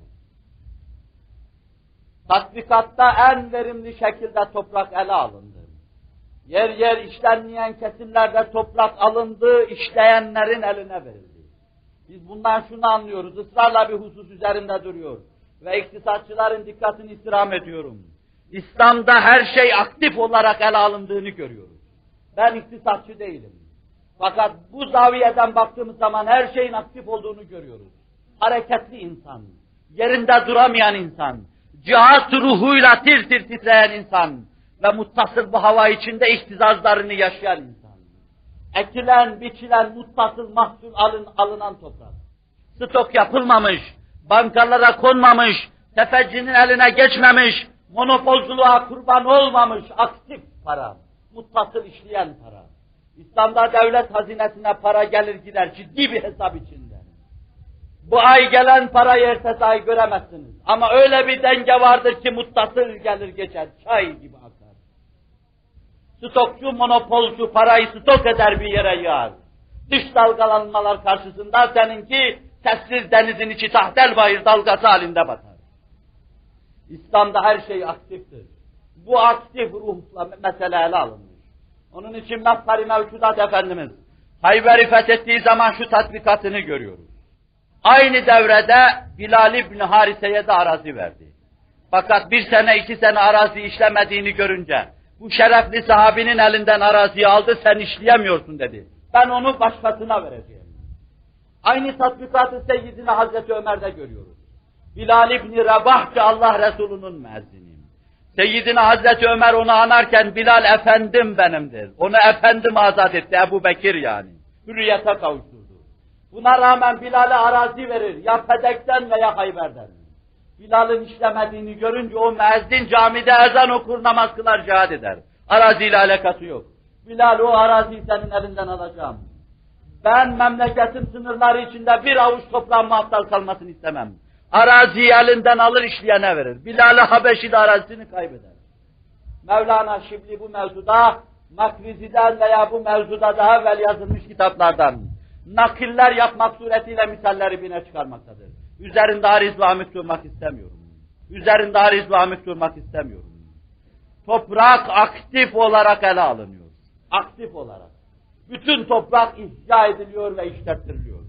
Tatbikatta en verimli şekilde toprak ele alındı. Yer yer işlenmeyen kesimlerde toprak alındı, işleyenlerin eline verildi. Biz bundan şunu anlıyoruz, ısrarla bir husus üzerinde duruyor ve iktisatçıların dikkatini istirham ediyorum. İslam'da her şey aktif olarak ele alındığını görüyoruz. Ben iktisatçı değilim. Fakat bu zaviyeden baktığımız zaman her şeyin aktif olduğunu görüyoruz. Hareketli insan, yerinde duramayan insan, cihat ruhuyla tir tir titreyen insan ve muttasıl bu hava içinde ihtizazlarını yaşayan insan. Ekilen, biçilen, muttasıl mahsul alın, alınan toprak. Stok yapılmamış, bankalara konmamış, tefeccinin eline geçmemiş, monopolculuğa kurban olmamış aktif para, muttasıl işleyen para. İslam'da devlet hazinesine para gelir gider ciddi bir hesap içinde. Bu ay gelen parayı ertesi ay göremezsiniz. Ama öyle bir denge vardır ki muttasıl gelir geçer, çay gibi akar. Stokçu, monopolcu parayı stok eder bir yere yığar. Dış dalgalanmalar karşısında seninki sessiz denizin içi tahtel bayır dalgası halinde batar. İslam'da her şey aktiftir. Bu aktif ruhla mesele ele alınmış. Onun için Mefkar-ı Mevcudat Efendimiz Hayber'i fethettiği zaman şu tatbikatını görüyoruz. Aynı devrede Bilal İbni Harise'ye de arazi verdi. Fakat bir sene iki sene arazi işlemediğini görünce bu şerefli sahabinin elinden araziyi aldı, sen işleyemiyorsun dedi. Ben onu başkasına vereceğim. Aynı tatbikatı Seyyidina Hazreti Ömer'de görüyoruz. Bilal İbni Rebah ki Allah Resulü'nün müezzini. Seyyidina Hazreti Ömer onu anarken Bilal efendim benimdir. Onu efendim azat etti, Ebu Bekir yani. Hürriyete kavuşturdu. Buna rağmen Bilal'e arazi verir, ya Fedek'ten veya Hayber'den. Bilal'in işlemediğini görünce o müezzin camide ezan okur, namaz kılar, cihad eder. Araziyle alakası yok. Bilal o araziyi senin elinden alacağım. Ben memleketin sınırları içinde bir avuç toprağın muhtal kalmasını istemem. Araziyi elinden alır işleyene verir. Bilal-i Habeşi de arazisini kaybeder. Mevlana Şibli bu mevzuda, Makrizi'den veya bu mevzuda daha evvel yazılmış kitaplardan nakiller yapmak suretiyle misalleri bine çıkarmaktadır. Üzerinde ariz ve amik durmak istemiyorum. Üzerinde ariz ve amik durmak istemiyorum. toprak aktif olarak ele alınıyor. Aktif olarak. Bütün toprak ihya ediliyor ve işlettiriliyor.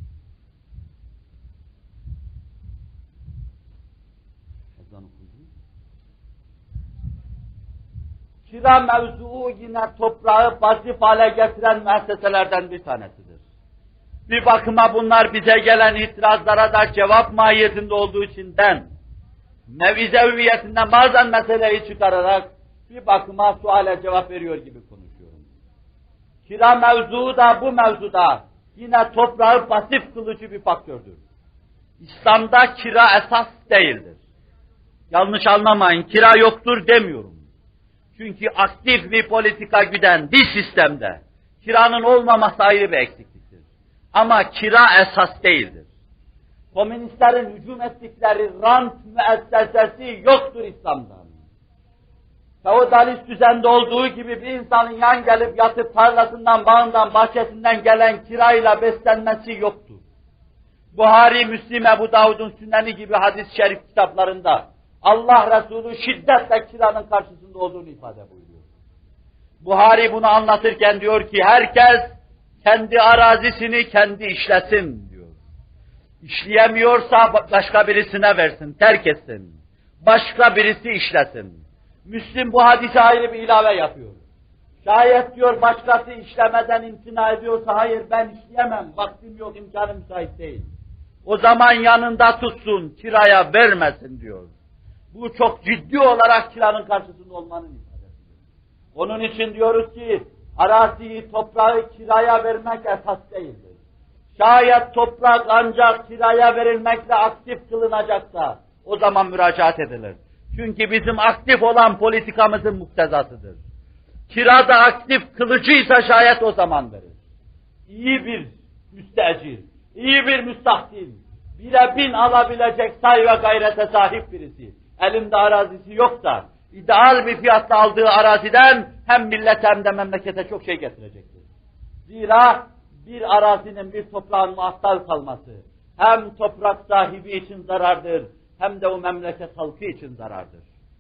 Kira mevzuu yine toprağı pasif hale getiren müesseselerden bir tanesidir. Bir bakıma bunlar bize gelen itirazlara da cevap mahiyetinde olduğu içinden, nevize hüviyetinden bazen meseleyi çıkararak bir bakıma suale cevap veriyor gibi konuşuyorum. Kira mevzuu da bu mevzuda yine toprağı pasif kılıcı bir faktördür. İslam'da kira esas değildir. Yanlış anlamayın, kira yoktur demiyorum. Çünkü aktif bir politika güden bir sistemde kiranın olmaması ayrı bir eksikliktir. Ama kira esas değildir. Komünistlerin hücum ettikleri rant müessesesi yoktur İslam'da. Feodalist düzende olduğu gibi bir insanın yan gelip yatıp tarlasından, bağından, bahçesinden gelen kirayla beslenmesi yoktur. Buhari, Müslim, Ebu Davud'un Süneni gibi hadis-i şerif kitaplarında Allah Resulü şiddetle kiranın karşısında olduğunu ifade buyuruyor. Buhari bunu anlatırken diyor ki herkes kendi arazisini kendi işlesin diyor. İşleyemiyorsa başka birisine versin, terk etsin. Başka birisi işlesin. Müslim bu hadise ayrı bir ilave yapıyor. Şayet diyor başkası işlemeden imtina ediyorsa hayır ben işleyemem, vaktim yok, imkanım müsait değil. O zaman yanında tutsun, kiraya vermesin diyor. Bu çok ciddi olarak kiranın karşısında olmanın ifadesidir. Onun için diyoruz ki araziyi, toprağı kiraya vermek esas değildir. Şayet toprak ancak kiraya verilmekle aktif kılınacaksa o zaman müracaat edilir. Çünkü bizim aktif olan politikamızın muktezasıdır. Kira da aktif kılıcıysa şayet o zaman verir. İyi bir müstecir, iyi bir müstahsin, bire bin alabilecek say ve gayrete sahip birisi, elinde arazisi yoksa, ideal bir fiyatla aldığı araziden hem millete hem de memlekete çok şey getirecektir. Zira bir arazinin, bir toprağın muattal kalması, hem toprak sahibi için zarardır, hem de o memleket halkı için zarardır.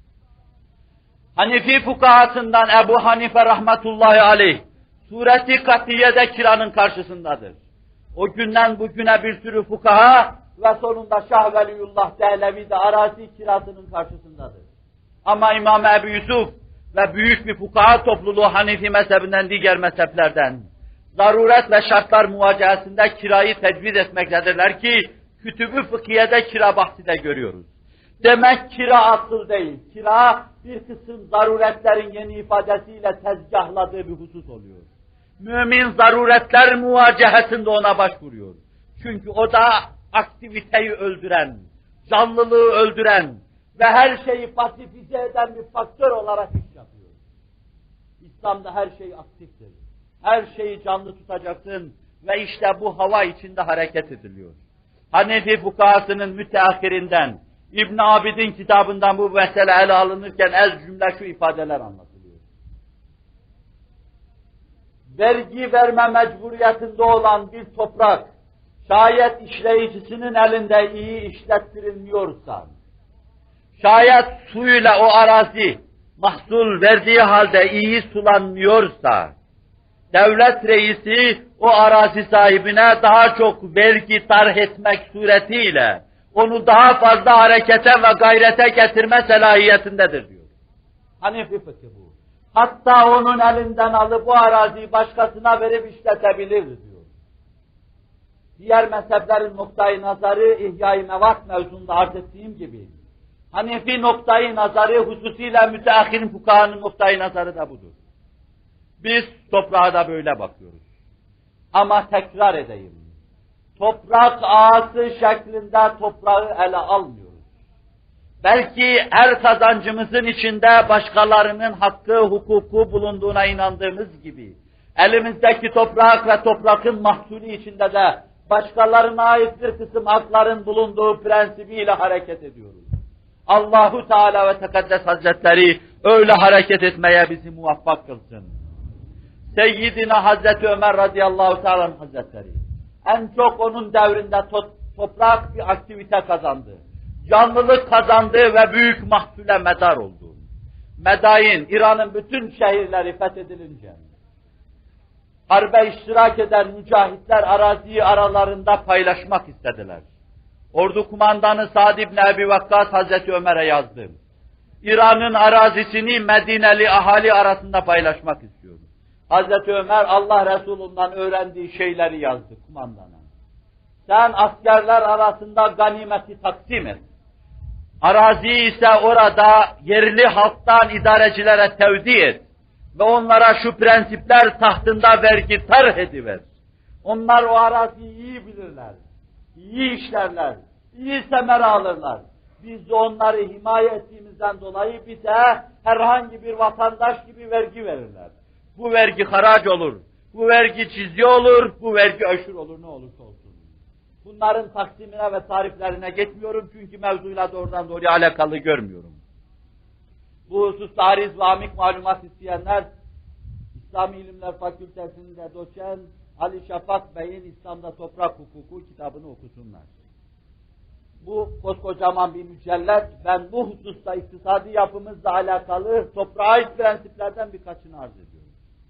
Hanefi fukahasından Ebu Hanife rahmetullahi aleyh, sureti katiyede kiranın karşısındadır. O günden bugüne bir sürü fukaha ve sonunda Şah Veliyullah Dehlevi de arazi kirasının karşısındadır. Ama İmam Ebu Yusuf ve büyük bir fukaha topluluğu Hanefi mezhebinden diğer mezheplerden zaruret ve şartlar muvacahasında kirayı tecviz etmektedirler ki Kütüb-ü Fıkhiye'de kira bahsi de görüyoruz. Demek kira asıl değil. Kira bir kısım zaruretlerin yeni ifadesiyle tezgahladığı bir husus oluyor. Mümin zaruretler muvacahasında ona başvuruyor. Çünkü o da aktiviteyi öldüren, canlılığı öldüren ve her şeyi pasifize eden bir faktör olarak iş yapıyor. İslam'da her şey aktiftir. Her şeyi canlı tutacaksın ve işte bu hava içinde hareket ediliyor. Hanefi fukahasının müteahhirinden, İbn Abidin kitabından bu mesele ele alınırken ez cümle şu ifadeler anlatılıyor. Vergi verme mecburiyetinde olan bir toprak, şayet işleyicisinin elinde iyi işlettirilmiyorsa, şayet suyla o arazi mahsul verdiği halde iyi sulanmıyorsa, devlet reisi o arazi sahibine daha çok vergi tarh etmek suretiyle onu daha fazla harekete ve gayrete getirme selahiyetindedir diyor. Hanefi fıkhı bu. Hatta onun elinden alıp bu araziyi başkasına verip işletebilir diyor. Diğer mezheplerin noktayı nazarı İhya-i Mevat mevzunda arz ettiğim gibi Hanefi noktayı nazarı hususiyle müteahhirin fukahanın noktayı nazarı da budur. Biz toprağa da böyle bakıyoruz. Ama tekrar edeyim. Toprak ağası şeklinde toprağı ele almıyoruz. Belki her kazancımızın içinde başkalarının hakkı, hukuku bulunduğuna inandığımız gibi, elimizdeki toprak ve toprakın mahsulü içinde de başkalarına ait bir kısım hakların bulunduğu prensibiyle hareket ediyoruz. Allahu Teala ve Tekaddes Hazretleri öyle hareket etmeye bizi muvaffak kılsın. Seyyidina Hazreti Ömer radıyallahu teala Hazretleri en çok onun devrinde to toprak bir aktivite kazandı. Canlılık kazandı ve büyük mahsule medar oldu. Medain, İran'ın bütün şehirleri fethedilince, harbe iştirak eden mücahitler araziyi aralarında paylaşmak istediler. Ordu kumandanı Sa'd ibn Ebi Vakkas Hazreti Ömer'e yazdı. İran'ın arazisini Medineli ahali arasında paylaşmak istiyor. Hazreti Ömer Allah Resulü'nden öğrendiği şeyleri yazdı kumandana. Sen askerler arasında ganimeti taksim et. Araziyi ise orada yerli halktan idarecilere tevdi et. Ve onlara şu prensipler tahtında vergi tarh ediver. Onlar o araziyi iyi bilirler, iyi işlerler, iyi semere alırlar. Biz de onları himaye ettiğimizden dolayı bize herhangi bir vatandaş gibi vergi verirler. Bu vergi harac olur, bu vergi cizye olur, bu vergi öşür olur, ne olursa olsun. Bunların taksimine ve tariflerine geçmiyorum çünkü mevzuyla doğrudan doğruya alakalı görmüyorum. Bu hususta ariz ve amik malumat isteyenler, İslami İlimler Fakültesi'nde doçent Ali Şafak Bey'in İslam'da Toprak Hukuku kitabını okusunlar. Bu koskocaman bir mücellet, ben bu hususta iktisadi yapımızla alakalı toprağa ait prensiplerden birkaçını arz ediyorum.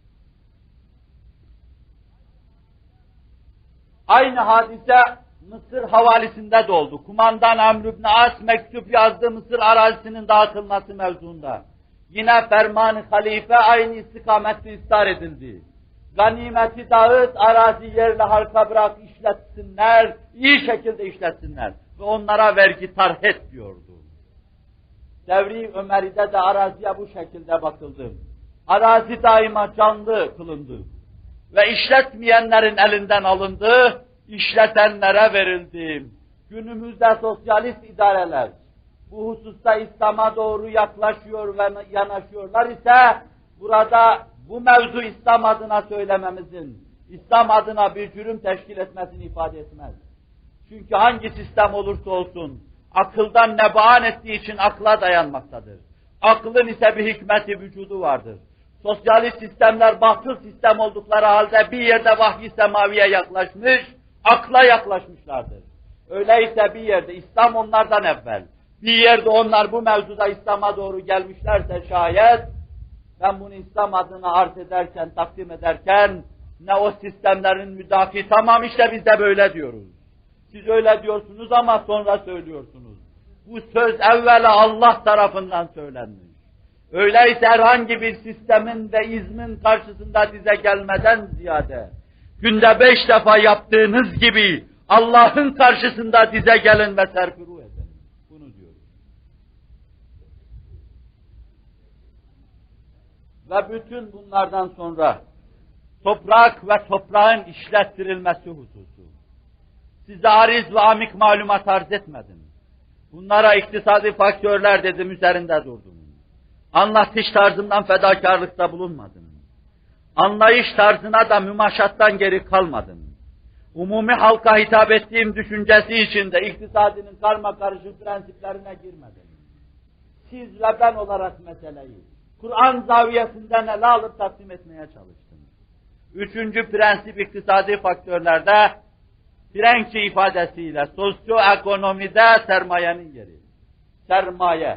Aynı hadise Mısır havalisinde de oldu. Kumandan Amr ibn As mektup yazdı Mısır arazisinin dağıtılması mevzuunda. Yine ferman-ı halife aynı istikamette istar edildi. Ganimeti dağıt, arazi yerle halka bırak, işletsinler, iyi şekilde işletsinler. Ve onlara vergi tarh et diyordu. Devri Ömer'de de araziye bu şekilde bakıldı. Arazi daima canlı kılındı. Ve işletmeyenlerin elinden alındı, işletenlere verildi. Günümüzde sosyalist idareler bu hususta İslam'a doğru yaklaşıyor ve yanaşıyorlar ise burada bu mevzu İslam adına söylememizin, İslam adına bir cürüm teşkil etmesini ifade etmez. Çünkü hangi sistem olursa olsun akıldan nebaan ettiği için akla dayanmaktadır. Aklın ise bir hikmeti vücudu vardır. Sosyalist sistemler batıl sistem oldukları halde bir yerde vahyi semaviye yaklaşmış, akla yaklaşmışlardır. Öyleyse bir yerde İslam onlardan evvel, bir yerde onlar bu mevzuda İslam'a doğru gelmişlerse şayet, ben bunu İslam adına arz ederken, takdim ederken, ne o sistemlerin müdafi, tamam işte biz de böyle diyoruz. Siz öyle diyorsunuz ama sonra söylüyorsunuz. Bu söz evvela Allah tarafından söylenmiş. Öyleyse herhangi bir sistemin ve izmin karşısında dize gelmeden ziyade, günde beş defa yaptığınız gibi Allah'ın karşısında dize gelin ve serfuru edin. Bunu diyoruz. Ve bütün bunlardan sonra toprak ve toprağın işlettirilmesi hususu. Size ariz ve amik malumat arz etmedim. Bunlara iktisadi faktörler dedim, üzerinde durdum. Anlatış tarzımdan fedakarlıkta bulunmadım. Anlayış tarzına da mümaşattan geri kalmadım. Umumi halka hitap ettiğim düşüncesi içinde iktisadinin karma karışık prensiplerine girmedim. Siz ve ben olarak meseleyi Kur'an zaviyesinden ele alıp takdim etmeye çalıştım. Üçüncü prensip iktisadi faktörlerde Frenkçe ifadesiyle sosyoekonomide sermayenin yeri. Sermaye.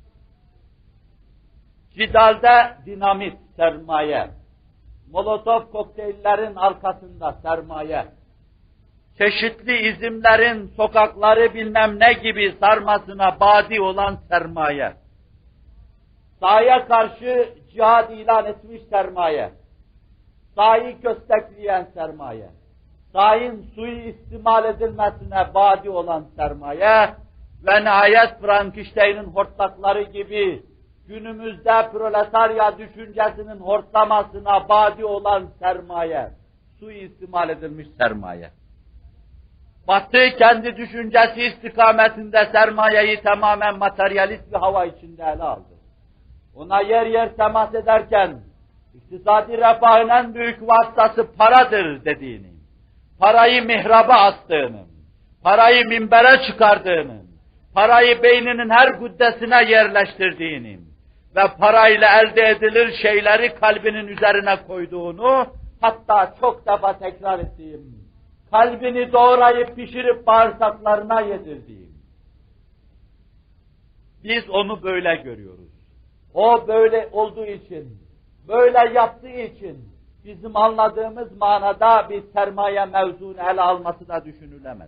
Cidalde dinamit, sermaye. Molotov kokteyllerin arkasında sermaye. Çeşitli izimlerin sokakları bilmem ne gibi sarmasına badi olan sermaye. Sahaya karşı cihad ilan etmiş sermaye. Sahayı köstekleyen sermaye. Sahin suyu istimal edilmesine badi olan sermaye ve nihayet Frankenstein'in hortlakları gibi günümüzde proletarya düşüncesinin hortlamasına badi olan sermaye, suyu istimal edilmiş sermaye. Batı kendi düşüncesi istikametinde sermayeyi tamamen materyalist bir hava içinde ele aldı. Ona yer yer temas ederken iktisadi refahın en büyük vasıtası paradır dediğini, parayı mihraba astığını, parayı minbere çıkardığını, parayı beyninin her güddesine yerleştirdiğini ve parayla elde edilir şeyleri kalbinin üzerine koyduğunu, hatta çok defa tekrar ettiğim, kalbini doğrayıp pişirip bağırsaklarına yedirdiğim. Biz onu böyle görüyoruz. O böyle olduğu için, böyle yaptığı için bizim anladığımız manada bir sermaye mevzunu ele alması da düşünülemez.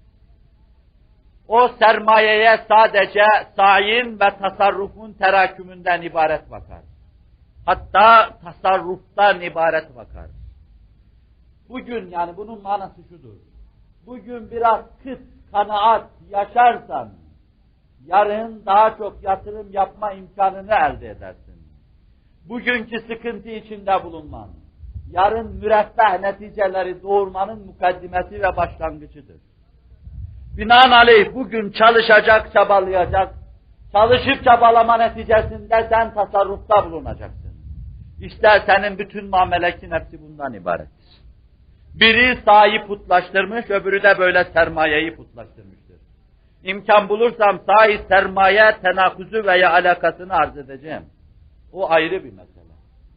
O sermayeye sadece sayin ve tasarrufun terakümünden ibaret bakar. Hatta tasarruftan ibaret bakar. Bugün, yani bunun manası şudur. Bugün biraz kıt, kanaat yaşarsan, yarın daha çok yatırım yapma imkanını elde edersin. Bugünkü sıkıntı içinde bulunman, yarın müreffeh neticeleri doğurmanın mukaddimesi ve başlangıcıdır. Binaenaleyh bugün çalışacak, çabalayacak, çalışıp çabalama neticesinde sen tasarrufta bulunacaksın. İşte senin bütün mamelekin hepsi bundan ibarettir. Biri sahi putlaştırmış, öbürü de böyle sermayeyi putlaştırmıştır. İmkan bulursam sahi sermaye tenakuzu veya alakasını arz edeceğim. O ayrı bir mesele.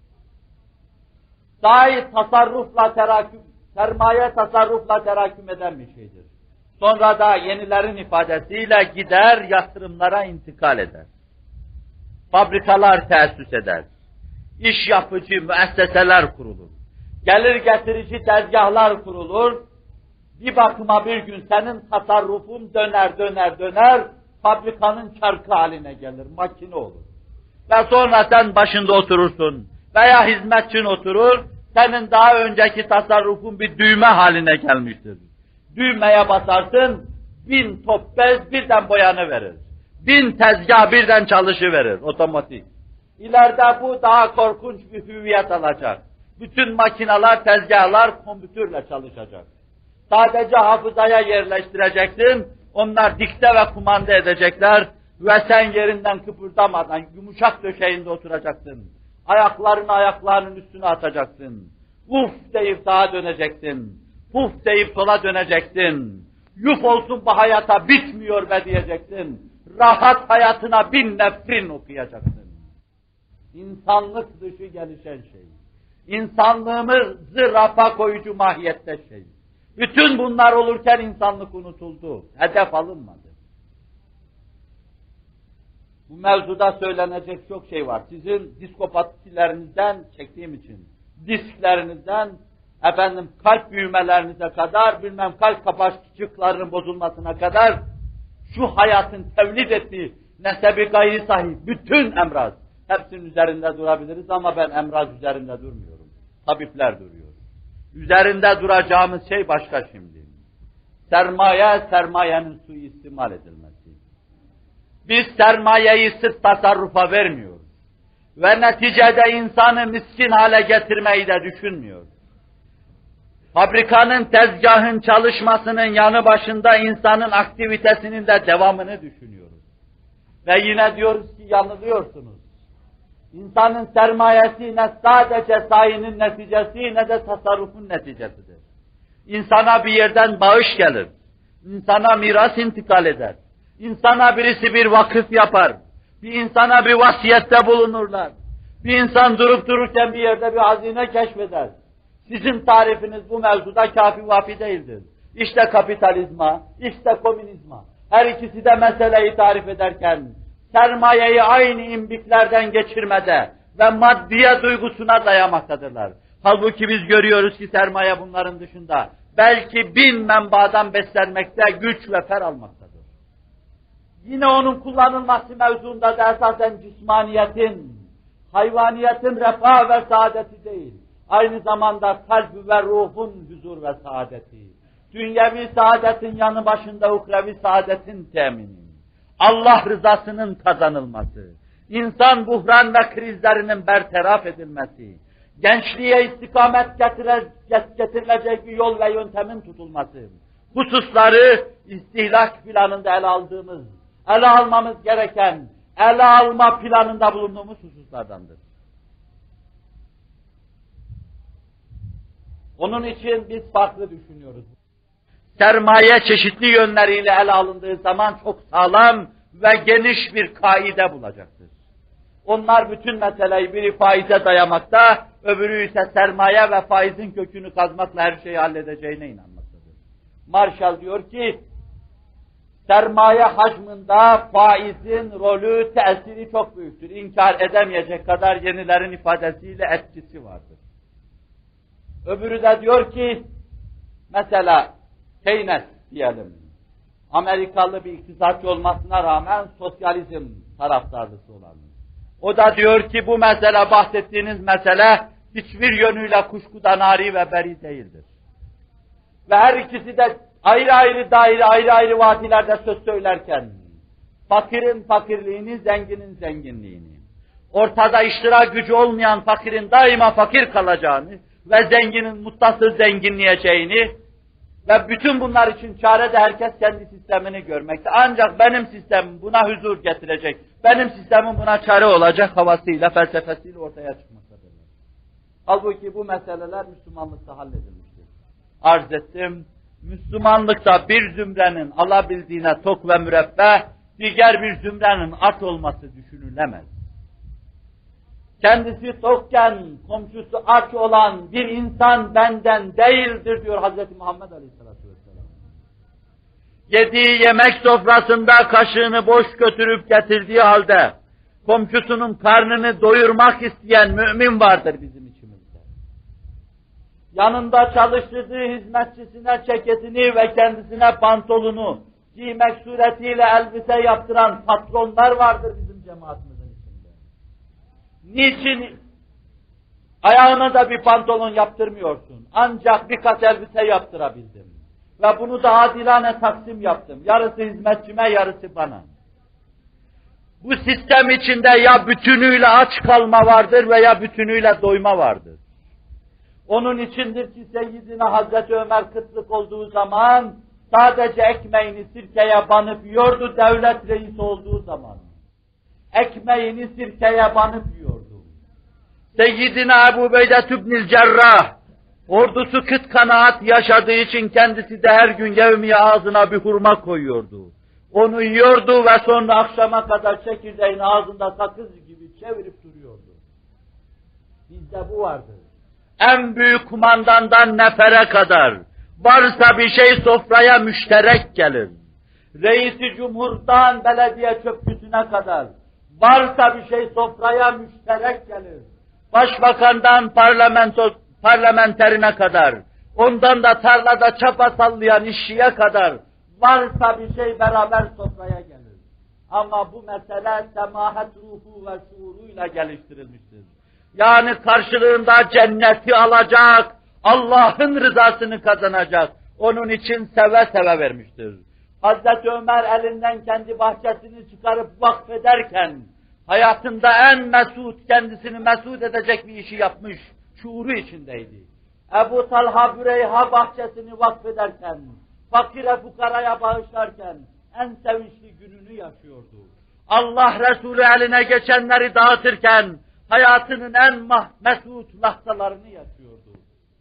Sahi tasarrufla teraküm, sermaye tasarrufla teraküm eden bir şeydir. Sonra da yenilerin ifadesiyle gider yatırımlara intikal eder. Fabrikalar teessüs eder. İş yapıcı müesseseler kurulur. Gelir getirici tezgahlar kurulur. Bir bakıma bir gün senin tasarrufun döner döner döner, fabrikanın çarkı haline gelir, makine olur. Ve sonra sen başında oturursun veya hizmetçin oturur, senin daha önceki tasarrufun bir düğme haline gelmiştir. Düğmeye basarsın, bin top bez birden boyanıverir. Bin tezgah birden çalışıverir, otomatik. İleride bu daha korkunç bir hüviyet alacak. Bütün makineler, tezgahlar kompütürle çalışacak. Sadece hafızaya yerleştireceksin, onlar dikte ve kumanda edecekler ve sen yerinden kıpırdamadan yumuşak döşeğinde oturacaksın. Ayaklarını ayaklarının üstüne atacaksın. Uf deyip sağa döneceksin. Puf deyip sola döneceksin. Yuf olsun bu hayata bitmiyor be diyeceksin. Rahat hayatına bin nefrin okuyacaksın. İnsanlık dışı gelişen şey. İnsanlığımızı rafa koyucu mahiyette şey. Bütün bunlar olurken insanlık unutuldu. Hedef alınmadı. Bu mevzuda söylenecek çok şey var. Sizin diskopatilerinizden çektiğim için, disklerinizden, efendim kalp büyümelerinize kadar, bilmem kalp kapakçıklarının bozulmasına kadar, şu hayatın tevlid ettiği nesebi gayri sahih, bütün emraz, hepsinin üzerinde durabiliriz ama ben emraz üzerinde durmuyorum. Tabipler duruyor. Üzerinde duracağımız şey başka şimdi. Sermaye, sermayenin suistimal edilmesi. Biz sermayeyi sırf tasarrufa vermiyoruz. Ve neticede insanı miskin hale getirmeyi de düşünmüyoruz. Fabrikanın, tezgahın çalışmasının yanı başında insanın aktivitesinin de devamını düşünüyoruz. Ve yine diyoruz ki yanılıyorsunuz. İnsanın sermayesi ne sadece sayının neticesi ne de tasarrufun neticesidir. İnsana bir yerden bağış gelir. İnsana miras intikal eder. İnsana birisi bir vakıf yapar. Bir insana bir vasiyette bulunurlar. Bir insan durup dururken bir yerde bir hazine keşfeder. Sizin tarifiniz bu mevzuda kâfi vafi değildir. İşte kapitalizma, işte komünizma. Her ikisi de meseleyi tarif ederken sermayeyi aynı imbiklerden geçirmede ve maddiye duygusuna dayamaktadırlar. Halbuki biz görüyoruz ki sermaye bunların dışında belki bin menbaadan beslenmekte güç ve fer almaktadır. Yine onun kullanılması mevzuunda da esasen cismaniyetin, hayvaniyetin refah ve saadeti değil, aynı zamanda kalp ve ruhun huzur ve saadeti, dünyevi saadetin yanı başında ukrevi saadetin temini, Allah rızasının kazanılması, insan buhran ve krizlerinin bertaraf edilmesi, gençliğe istikamet getirilecek bir yol ve yöntemin tutulması, hususları istihlak planında ele aldığımız, ele almamız gereken, ele alma planında bulunduğumuz hususlardandır. Onun için biz farklı düşünüyoruz. Sermaye çeşitli yönleriyle ele alındığı zaman çok sağlam ve geniş bir kaide bulacaktır. Onlar bütün meseleyi biri faize dayamakta, öbürü ise sermaye ve faizin kökünü kazmakla her şeyi halledeceğine inanmaktadır. Marshall diyor ki, sermaye hacmında faizin rolü, tesiri çok büyüktür. İnkar edemeyecek kadar yenilerin ifadesiyle etkisi vardır. Öbürü de diyor ki, mesela Keynes diyelim, Amerikalı bir iktisatçı olmasına rağmen sosyalizm taraftarlısı olan. O da diyor ki bu mesele, bahsettiğiniz mesele hiçbir yönüyle kuşkudan ari ve beri değildir. Ve her ikisi de ayrı ayrı daire, ayrı ayrı vadilerde söz söylerken, fakirin fakirliğini, zenginin zenginliğini, ortada iştirak gücü olmayan fakirin daima fakir kalacağını ve zenginin muttasıl zenginleyeceğini ve bütün bunlar için çare de herkes kendi sistemini görmekte. Ancak benim sistemim buna huzur getirecek, benim sistemim buna çare olacak havasıyla, felsefesiyle ortaya çıkmaktadır. Halbuki bu meseleler Müslümanlıkta halledilmiştir. Arz ettim, Müslümanlıkta bir zümrenin alabildiğine tok ve mürebbeh, diğer bir zümrenin aç olması düşünülemez. Kendisi tokken komşusu aç olan bir insan benden değildir diyor Hazreti Muhammed Aleyhisselatü Vesselam. Yediği yemek sofrasında kaşığını boş götürüp getirdiği halde komşusunun karnını doyurmak isteyen mümin vardır bizim içimizde. Yanında çalıştırdığı hizmetçisine ceketini ve kendisine pantolonu giymek suretiyle elbise yaptıran patronlar vardır bizim cemaatimizin içinde. Niçin ayağına da bir pantolon yaptırmıyorsun? Ancak birkaç elbise yaptırabildim. Ve bunu da adilane taksim yaptım. Yarısı hizmetçime, yarısı bana. Bu sistem içinde ya bütünüyle aç kalma vardır veya bütünüyle doyma vardır. Onun içindir ki Seyyidina Hazreti Ömer kıtlık olduğu zaman sadece ekmeğini sirkeye banıp yiyordu devlet reisi olduğu zaman. Ekmeğini sirkeye banıp yiyordu. Seyyidina Ebu Beyde Tübnil Cerrah, ordusu kıt kanaat yaşadığı için kendisi de her gün yevmiye ağzına bir hurma koyuyordu. Onu yiyordu ve sonra akşama kadar çekirdeğini ağzında sakız gibi çevirip duruyordu. Bizde bu vardır. En büyük kumandandan nefere kadar varsa bir şey sofraya müşterek gelir. Reisi cumhurdan belediye çöpçüsüne kadar varsa bir şey sofraya müşterek gelir. Başbakandan parlamento, parlamenterine kadar, ondan da tarlada çapa sallayan işçiye kadar varsa bir şey beraber sofraya gelir. Ama bu mesele semahat ruhu ve şuuruyla geliştirilmiştir. Yani karşılığında cenneti alacak, Allah'ın rızasını kazanacak. Onun için seve seve vermiştir. Hazreti Ömer elinden kendi bahçesini çıkarıp vakfederken, hayatında en mesut, kendisini mesut edecek bir işi yapmış, şuuru içindeydi. Ebu Talha Büreyha bahçesini vakfederken, fakire fukaraya bağışlarken, en sevinçli gününü yaşıyordu. Allah Resulü eline geçenleri dağıtırken, hayatının en mesut lahzalarını yaşıyordu.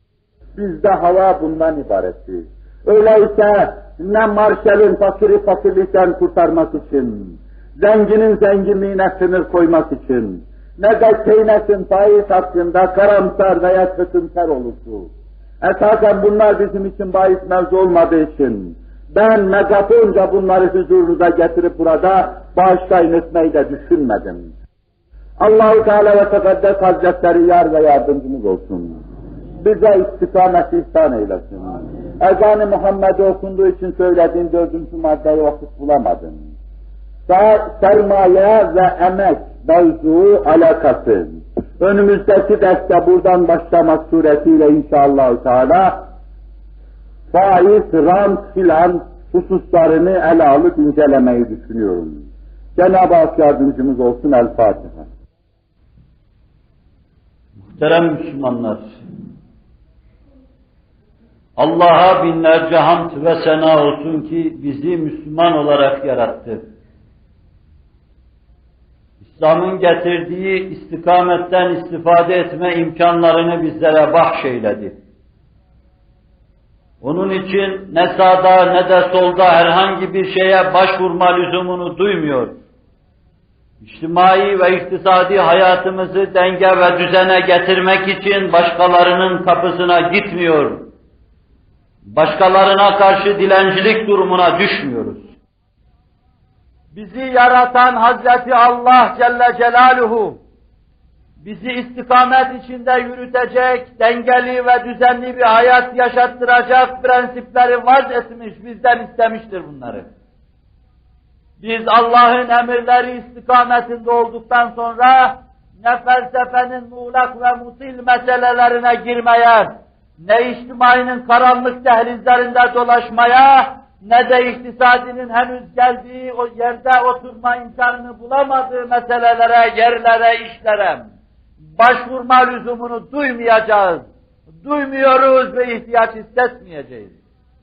Bizde hava bundan ibaretti. Öyleyse ne Marshall'ın fakiri fakirlikten kurtarmak için, zenginin zenginliğine sınır koymak için, ne de Keynes'in faiz hakkında karamsar veya kötümser oluşu. Esasen bunlar bizim için bahis mevzu olmadığı için, ben megafonca bunları huzurunuza getirip burada bağışlayın etmeyi de düşünmedim. Allah-u Teala ve Tekaddes Hazretleri yar ve yardımcımız olsun. Bize istikamet ihsan eylesin. Ezan-ı Muhammed'i okunduğu için söylediğim dördüncü maddeyi vakıf bulamadım. Sermaye ve emek mevzu alakası. Önümüzdeki derste buradan başlamak suretiyle inşallah Teala faiz, rant filan hususlarını ele alıp incelemeyi düşünüyorum. Cenab-ı Hak yardımcımız olsun. El Fatiha. Muhterem Müslümanlar, Allah'a binlerce hamd ve sena olsun ki bizi Müslüman olarak yarattı. İslam'ın getirdiği istikametten istifade etme imkanlarını bizlere bahşeyledi. Onun için ne sağda ne de solda herhangi bir şeye başvurma lüzumunu duymuyor. İçtimai ve iktisadi hayatımızı denge ve düzene getirmek için başkalarının kapısına gitmiyor. Başkalarına karşı dilencilik durumuna düşmüyoruz. bizi yaratan Hazreti Allah Celle Celaluhu, bizi istikamet içinde yürütecek, dengeli ve düzenli bir hayat yaşattıracak prensipleri vaz etmiş, bizden istemiştir bunları. Biz Allah'ın emirleri istikametinde olduktan sonra ne felsefenin muğlak ve mutil meselelerine girmeye, ne içtimainin karanlık dehlizlerinde dolaşmaya, ne de iktisadinin henüz geldiği o yerde oturma imkanını bulamadığı meselelere, yerlere, işlere başvurma lüzumunu duymayacağız. Duymuyoruz ve ihtiyaç hissetmeyeceğiz.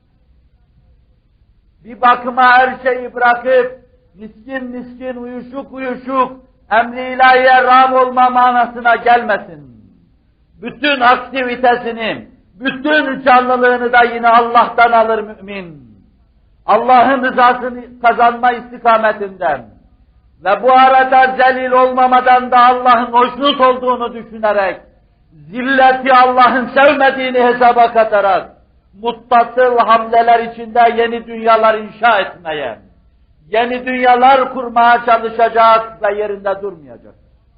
Bir bakıma her şeyi bırakıp miskin miskin, uyuşuk uyuşuk, emri ilahiye rağm olma manasına gelmesin. Bütün aktivitesini, bütün canlılığını da yine Allah'tan alır mümin. Allah'ın rızasını kazanma istikametinden ve bu arada zelil olmamadan da Allah'ın hoşnut olduğunu düşünerek, zilleti Allah'ın sevmediğini hesaba katarak, muttasıl hamleler içinde yeni dünyalar inşa etmeye, yeni dünyalar kurmaya çalışacak ve yerinde durmayacak.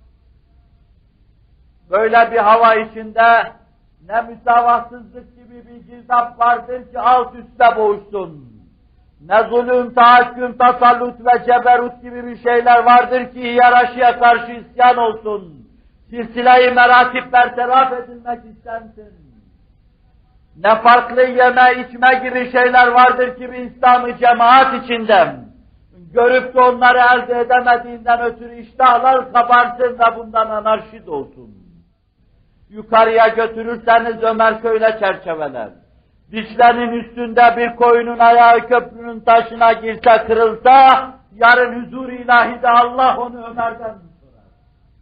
Böyle bir hava içinde ne müsavatsızlık gibi bir girdap vardır ki alt üstte boğuşsun. Ne zulüm, tahakküm, tasallut ve ceberut gibi bir şeyler vardır ki hiyerarşiye karşı isyan olsun. Silsile-i meratip bertaraf edilmek istensin. Ne farklı yeme içme gibi şeyler vardır ki bir İslam-ı cemaat içinde. Görüp de onları elde edemediğinden ötürü iştahlar kabarsın ve bundan anarşi doğsun. Yukarıya götürürseniz Ömerköy'le çerçeveler. Dişlerinin üstünde bir koyunun ayağı köprünün taşına girse kırılsa, yarın huzur ilahide Allah onu Ömer'den sorar.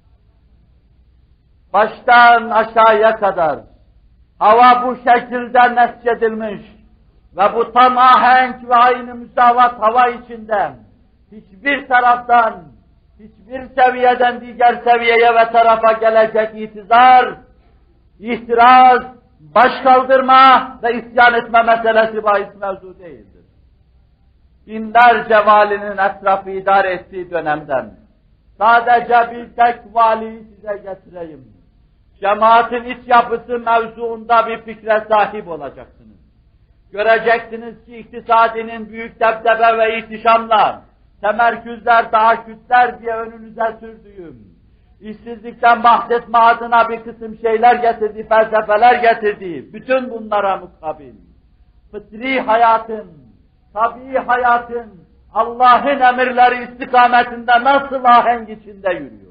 Baştan aşağıya kadar hava bu şekilde nesçedilmiş ve bu tam ahenk ve aynı müsavat hava içinde hiçbir taraftan, hiçbir seviyeden diğer seviyeye ve tarafa gelecek itizar, ihtiraz, baş kaldırma ve isyan etme meselesi bahis mevzu değildir. Binlerce valinin etrafı idare ettiği dönemden sadece bir tek valiyi size getireyim. Cemaatin iç yapısı mevzuunda bir fikre sahip olacaksınız. Göreceksiniz ki iktisadinin büyük debdebe ve ihtişamla, temerküzler, tahakkütler diye önünüze sürdüğüm, işsizlikten bahsetme adına bir kısım şeyler getirdi, felsefeler getirdi. Bütün bunlara mukabil, fıtri hayatın, tabii hayatın, Allah'ın emirleri istikametinde nasıl ahenk içinde yürüyor?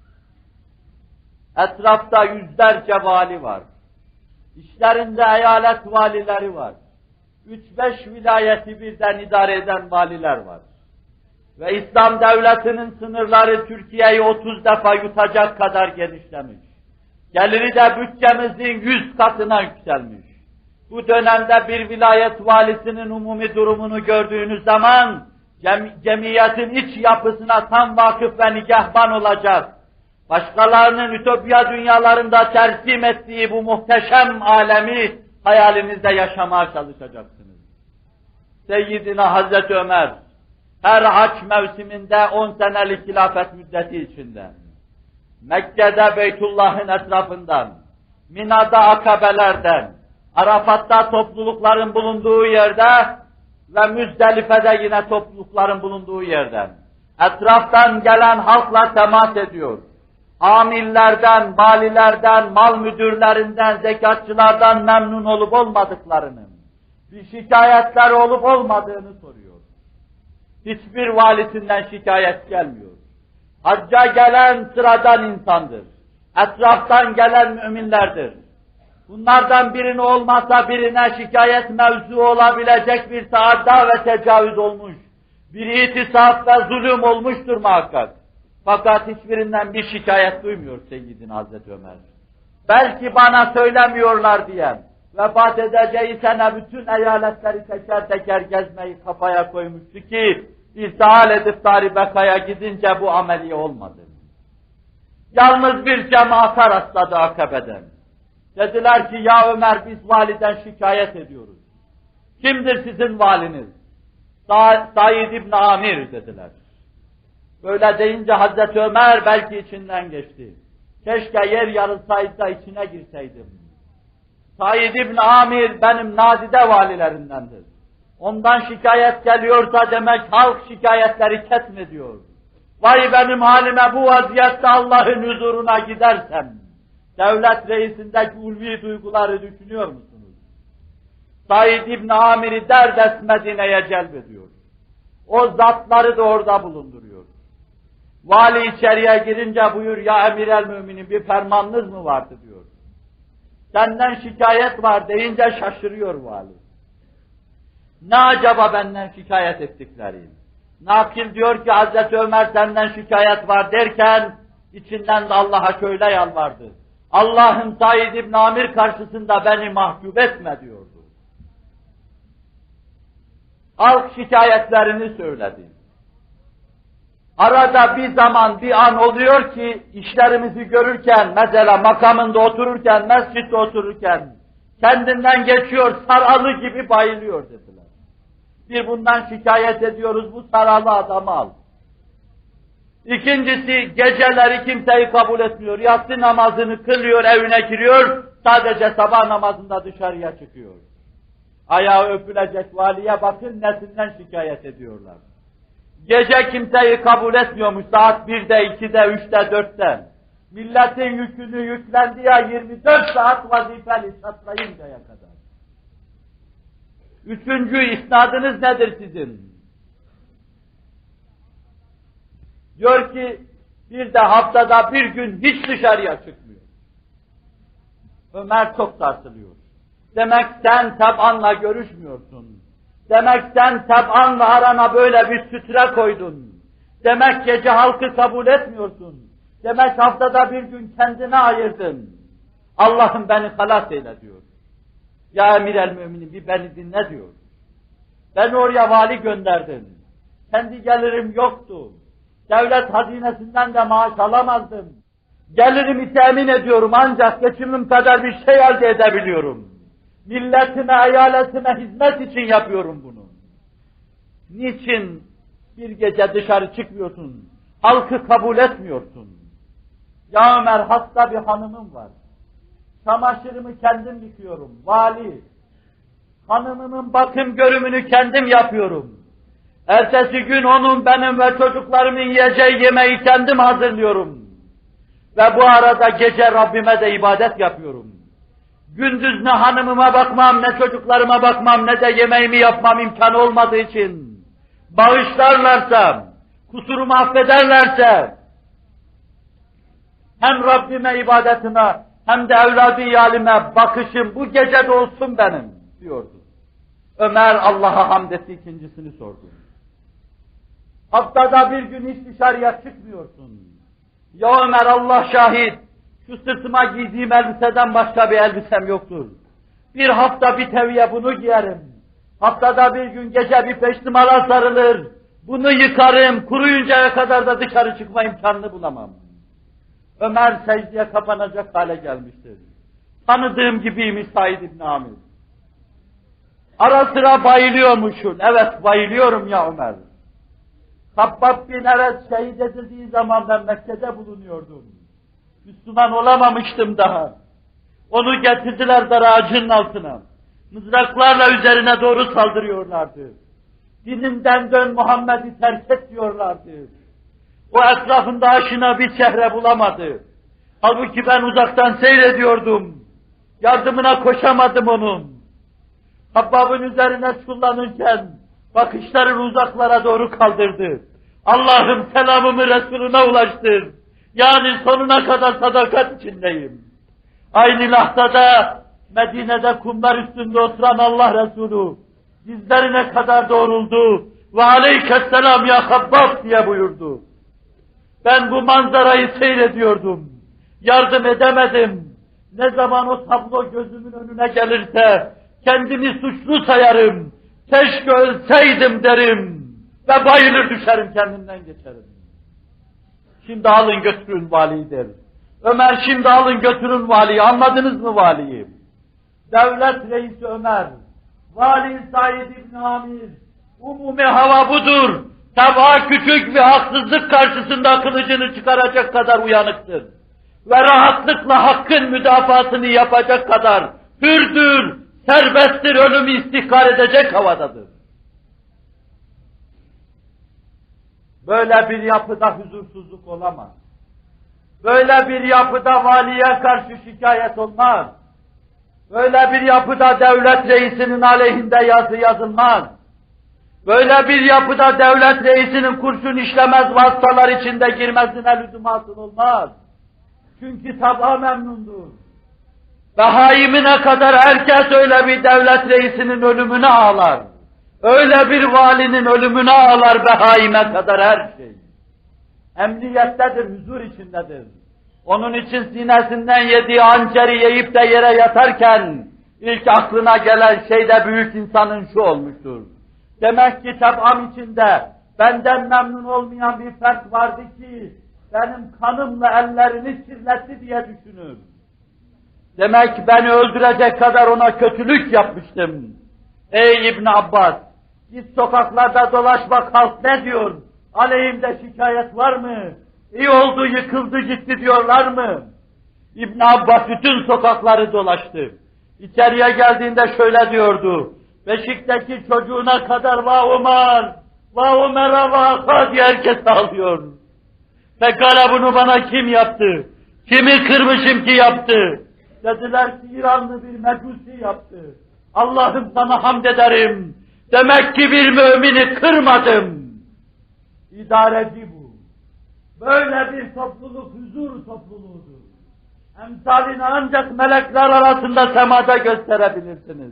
Etrafta yüzlerce vali var. İşlerinde eyalet valileri var. Üç beş vilayeti birden idare eden valiler var. Ve İslam devletinin sınırları Türkiye'yi otuz defa yutacak kadar genişlemiş. Geliri de bütçemizin yüz katına yükselmiş. Bu dönemde bir vilayet valisinin umumi durumunu gördüğünüz zaman cem cemiyetin iç yapısına tam vakıf ve nigahban olacak. Başkalarının ütopya dünyalarında tersim ettiği bu muhteşem alemi hayalinizde yaşamaya çalışacaksınız. Seyyidina Hazreti Ömer her haç mevsiminde on senelik hilafet müddeti içinde Mekke'de Beytullah'ın etrafından, Mina'da akabelerden, Arafat'ta toplulukların bulunduğu yerde ve Müzdelife'de yine toplulukların bulunduğu yerden etraftan gelen halkla temas ediyor. Amillerden, valilerden, mal müdürlerinden, zekatçılardan memnun olup olmadıklarını, bir şikayetler olup olmadığını soruyor. Hiçbir valisinden şikayet gelmiyor. Hacca gelen sıradan insandır. Etraftan gelen müminlerdir. Bunlardan birini olmasa birine şikayet mevzu olabilecek bir taadda ve tecavüz olmuş, bir itisaf ve zulüm olmuştur muhakkak. Fakat hiçbirinden bir şikayet duymuyor Seyyidina Hazreti Ömer. Belki bana söylemiyorlar diye vefat edeceği sene bütün eyaletleri teker teker gezmeyi kafaya koymuştu ki irtihal edip Dar-ı Beka'ya gidince bu ameliye olmadı. Yalnız bir cemaata rastladı Akabe'den. Dediler ki ya Ömer biz validen şikayet ediyoruz. Kimdir sizin valiniz? Sa Said İbn Amir dediler. Böyle deyince Hazreti Ömer belki içinden geçti. Keşke yer yarılsaydı da içine girseydim. Said İbni Amir benim nadide valilerindendir. Ondan şikayet geliyorsa demek halk şikayetleri ketmediyor. Vay benim halime bu vaziyette Allah'ın huzuruna gidersem, devlet reisindeki ulvi duyguları düşünüyor musunuz? Said İbni Amir'i derdest Medine'ye celbediyor. O zatları da orada bulunduruyor. Vali içeriye girince buyur ya emir el müminin bir fermanınız mı vardı diyor. Senden şikayet var deyince şaşırıyor vali. Ne acaba benden şikayet ettikleri? Nakil diyor ki Hazreti Ömer senden şikayet var derken içinden de Allah'a şöyle yalvardı. Allah'ım Said İbn Amir karşısında beni mahcup etme diyordu. Halk şikayetlerini söyledi. Arada bir zaman, bir an oluyor ki işlerimizi görürken, mesela makamında otururken, mescitte otururken kendinden geçiyor, saralı gibi bayılıyor dediler. Bir bundan şikayet ediyoruz, bu saralı adamı al. İkincisi, geceleri kimseyi kabul etmiyor, yatsı namazını kılıyor, evine giriyor, sadece sabah namazında dışarıya çıkıyor. Ayağı öpülecek valiye bakın, nesinden şikayet ediyorlar. Gece kimseyi kabul etmiyormuş, saat birde, ikide, üçte, dörtte. Milletin yükünü yüklendi ya yirmi dört saat vazifeli çatlayıncaya kadar. Üçüncü isnadınız nedir sizin? Diyor ki, bir de haftada bir gün hiç dışarıya çıkmıyor. Ömer çok sarsılıyor. Demek sen tabanla görüşmüyorsun. Demek sen tabanla arana böyle bir sütre koydun. Demek gece halkı kabul etmiyorsun. Demek haftada bir gün kendine ayırdın. Allah'ım beni halas eyle diyor. Ya emir el müminin bir beni dinle diyor. Beni oraya vali gönderdin. Kendi gelirim yoktu. Devlet hazinesinden de maaş alamazdım. Gelirimi temin ediyorum ancak geçimim kadar bir şey elde edebiliyorum. Milletime, eyaletime hizmet için yapıyorum bunu. Niçin bir gece dışarı çıkmıyorsun? Halkı kabul etmiyorsun. Ya Ömer hasta bir hanımım var. Çamaşırımı kendim yıkıyorum. Vali. Hanımımın bakım görümünü kendim yapıyorum. Ertesi gün onun, benim ve çocuklarımın yiyeceği yemeği kendim hazırlıyorum. Ve bu arada gece Rabbime de ibadet yapıyorum. Gündüz ne hanımıma bakmam, ne çocuklarıma bakmam, ne de yemeğimi yapmam imkanı olmadığı için bağışlarlarsa, kusurumu affederlerse hem Rabbime ibadetime hem de evladı iyalime bakışım bu gece de olsun benim diyordu. Ömer Allah'a hamd etti, ikincisini sordu. Haftada bir gün hiç dışarıya çıkmıyorsun. Ya Ömer Allah şahit, şu sırtıma giydiğim elbiseden başka bir elbisem yoktur. Bir hafta bir teviye bunu giyerim. Haftada bir gün gece bir peştimala sarılır. Bunu yıkarım, kuruyuncaya kadar da dışarı çıkma imkanını bulamam. Ömer secdeye kapanacak hale gelmiştir. Tanıdığım gibiymiş Said İbn Amir. Ara sıra bayılıyormuşsun. Evet bayılıyorum ya Ömer. Habbab bin Eres şehit edildiği zaman ben Mekke'de bulunuyordum. Müslüman olamamıştım daha. Onu getirdiler dar ağacının altına. Mızraklarla üzerine doğru saldırıyorlardı. Dininden dön Muhammed'i terk et diyorlardı. O etrafında aşına bir çehre bulamadı. Halbuki ben uzaktan seyrediyordum. Yardımına koşamadım onun. Habbab'ın üzerine çullanırken bakışlarını uzaklara doğru kaldırdı. Allah'ım selamımı Resulüne ulaştır. Yani sonuna kadar sadakat içindeyim. Aynı lahzada Medine'de kumlar üstünde oturan Allah Resulü dizlerine kadar doğruldu ve aleykesselam ya Habbab diye buyurdu. Ben bu manzarayı seyrediyordum. Yardım edemedim. Ne zaman o tablo gözümün önüne gelirse kendimi suçlu sayarım. Keşke ölseydim derim ve bayılır düşerim, kendimden geçerim. Şimdi alın götürün valiyi der. Ömer şimdi alın götürün valiyi. Anladınız mı valiyi? Devlet reisi Ömer, vali Said İbn Amir, umumi hava budur. Sabah küçük bir haksızlık karşısında kılıcını çıkaracak kadar uyanıktır. Ve rahatlıkla hakkın müdafaasını yapacak kadar hürdür, serbesttir, ölümü istihkar edecek havadadır. Böyle bir yapıda huzursuzluk olamaz. Böyle bir yapıda valiye karşı şikayet olmaz. Böyle bir yapıda devlet reisinin aleyhinde yazı yazılmaz. Böyle bir yapıda devlet reisinin kurşun işlemez vasıtalar içinde girmesine lüzum hasıl olmaz. Çünkü tab'a memnundur. Behaimine kadar herkes öyle bir devlet reisinin ölümüne ağlar. Öyle bir valinin ölümüne ağlar behaime kadar her şey. Emniyettedir, huzur içindedir. Onun için sinesinden yediği hançeri yiyip de yere yatarken ilk aklına gelen şey de büyük insanın şu olmuştur. Demek ki tab'am içinde benden memnun olmayan bir fert vardı ki benim kanımla ellerini kirletti diye düşünür. Demek beni öldürecek kadar ona kötülük yapmıştım. Ey İbn Abbas, git sokaklarda dolaş bak halk ne diyor? Aleyhimde şikayet var mı? İyi oldu, yıkıldı gitti diyorlar mı? İbn Abbas bütün sokakları dolaştı. İçeriye geldiğinde şöyle diyordu. Beşikteki çocuğuna kadar va Ömer, va Ömer'e va Aka diye herkes ağlıyor. Pekala bunu bana kim yaptı? Kimi kırmışım ki yaptı? Dediler ki İranlı bir mecusi yaptı. Allah'ım sana hamd ederim. Demek ki bir mümini kırmadım. İdareci bu. Böyle bir topluluk huzur topluluğudur. Emsalini ancak melekler arasında semada gösterebilirsiniz.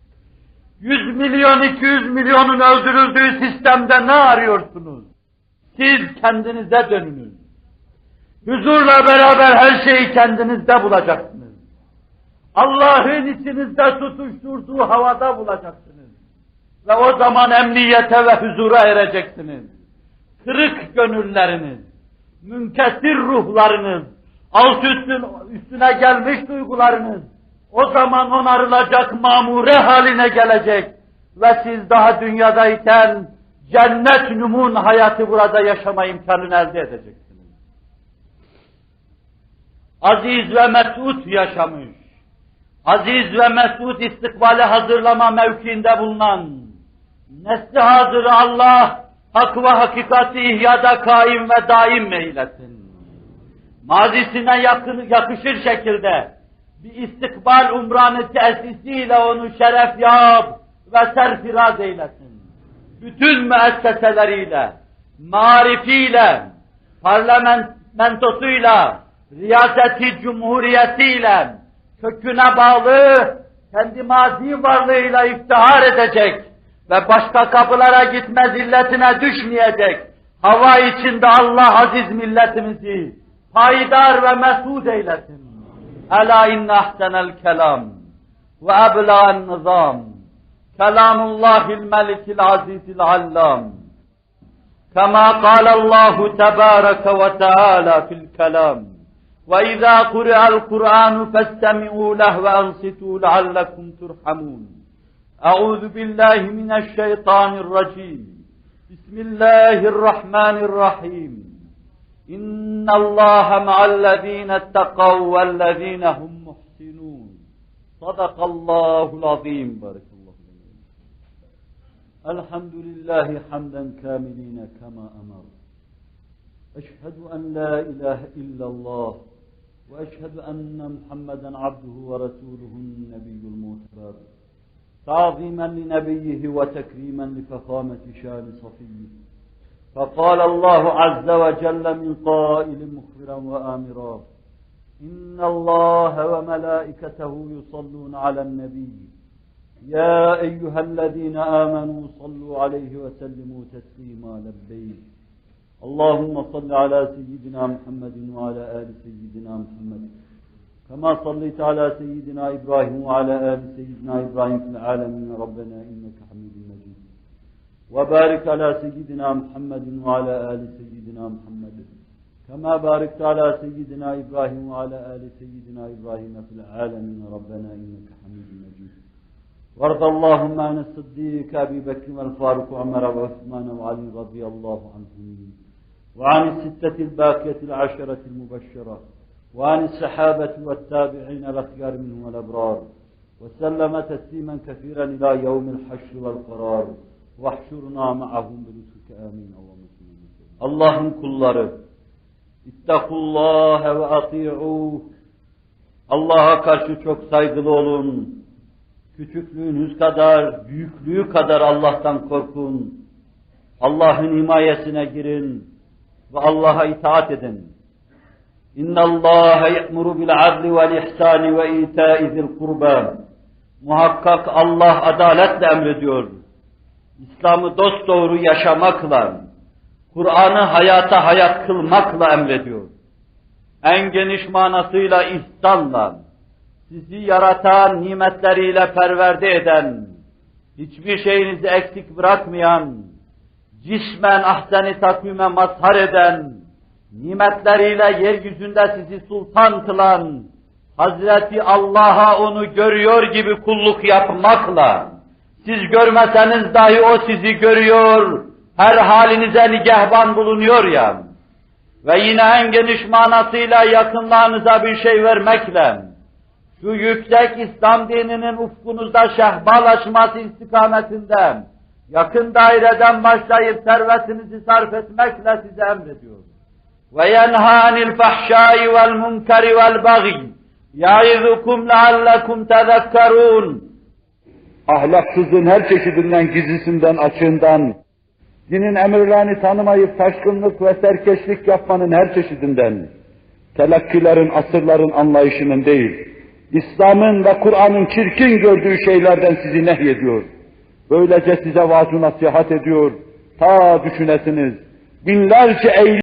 Yüz milyon, iki yüz milyonun öldürüldüğü sistemde ne arıyorsunuz? Siz kendinize dönünüz. Huzurla beraber her şeyi kendinizde bulacaksınız. Allah'ın içinizde tutuşturduğu havada bulacaksınız. Ve o zaman emniyete ve huzura ereceksiniz. Kırık gönülleriniz, münkesir ruhlarınız, alt üstün, üstüne gelmiş duygularınız, o zaman onarılacak, mamure haline gelecek ve siz daha dünyadayken cennet numun hayatı burada yaşama imkanını elde edeceksiniz. Aziz ve mesut yaşamış, aziz ve mesut istikbale hazırlama mevkiinde bulunan, nesli hazırı Allah, hak ve hakikati ihyada kaim ve daim eylesin. Mazisine yakın, yakışır şekilde bir istikbal umranı tesisiyle onu şeref yap ve serfiraz eylesin. Bütün müesseseleriyle, marifiyle, parlamentosuyla, riyaseti cumhuriyetiyle, köküne bağlı, kendi mazi varlığıyla iftihar edecek ve başka kapılara gitme zilletine düşmeyecek. Hava içinde Allah aziz milletimizi payidar ve mesud eylesin. Ela inne ahsenel kelam ve ebla'en nizam kelamullahil melikil azizil allam kema kâlallahu tebâreke ve teâlâ fil kelam ve izâ kuri'al Kur'anu festemi'û leh ve ansitû leallekum turhamûn. Euzu billahi mineşşeytanirracim. Bismillahirrahmanirrahim. İnna Allaha ma'allezîne etteqav vellezîne hum muhsinûn. Sadakallâhul azîm. Barakallahu fîkum. Elhamdülillahi hamden kâmilîne kemâ emar. Eşhedü en la ilahe illallah ve eşhedü enne Muhammeden abduhu ve resûluhun nebiyyul muteber. تعظيما لنبيه وتكريما لفخامة شان صفيه فقال الله عز وجل من قائل مخبرا وآمرا إن الله وملائكته يصلون على النبي يا أيها الذين آمنوا صلوا عليه وسلموا تسليما لبيك اللهم صل على سيدنا محمد وعلى آل سيدنا محمد كما صليت على سيدنا إبراهيم وعلى آل سيدنا إبراهيم في العالمين ربنا إنك حميد مجيد وبارك على سيدنا محمد وعلى آل سيدنا محمد كما باركت على سيدنا إبراهيم وعلى آل سيدنا إبراهيم في العالمين ربنا إنك حميد مجيد وارض اللهم عن الصديق أبي بكر والفاروق وعمر وعثمان وعلي رضي الله عنهم وعن الستة الباقية العشرة المبشرة وعن الصحابة والتابعين الأخيار منهم والأبرار وسلم تسليما كثيرا إلى يوم الحشر والقرار واحشرنا معهم بلطفك آمين. Allah'ın kulları, ittakullâhe ve ati'ûh. Allah'a karşı çok saygılı olun. Küçüklüğünüz kadar, büyüklüğü kadar Allah'tan korkun. Allah'ın himayesine girin ve Allah'a itaat edin. İnna Allaha ye'muru bil adli vel ihsani ve ita'i zil kurba. Muhakkak Allah adaletle emrediyor. İslam'ı dosdoğru yaşamakla, Kur'an'ı hayata hayat kılmakla emrediyor. En geniş manasıyla ihsanla, sizi yaratan, nimetleriyle perverde eden, hiçbir şeyinizi eksik bırakmayan, cismen ahsen-i takvime mazhar eden, nimetleriyle yeryüzünde sizi sultan kılan, Hazreti Allah'a onu görüyor gibi kulluk yapmakla, siz görmeseniz dahi o sizi görüyor, her halinize nigahban bulunuyor ya, ve yine en geniş manasıyla yakınlarınıza bir şey vermekle, şu yüksek İslam dininin ufkunuzda şehbalaşması istikametinde, yakın daireden başlayıp servetinizi sarf etmekle size emrediyor. Ve yenhâ anil fahşâi vel munkari vel bagî, yaizukum leallekum tezekkerûn. Ahlaksızlığın her çeşidinden, gizlisinden, açığından, dinin emirlerini tanımayıp taşkınlık ve serkeşlik yapmanın her çeşidinden, telakkilerin, asırların anlayışının değil, İslam'ın ve Kur'an'ın çirkin gördüğü şeylerden sizi nehyediyor. Böylece size vaaz-ı nasihat ediyor, ta düşünesiniz, binlerce eylem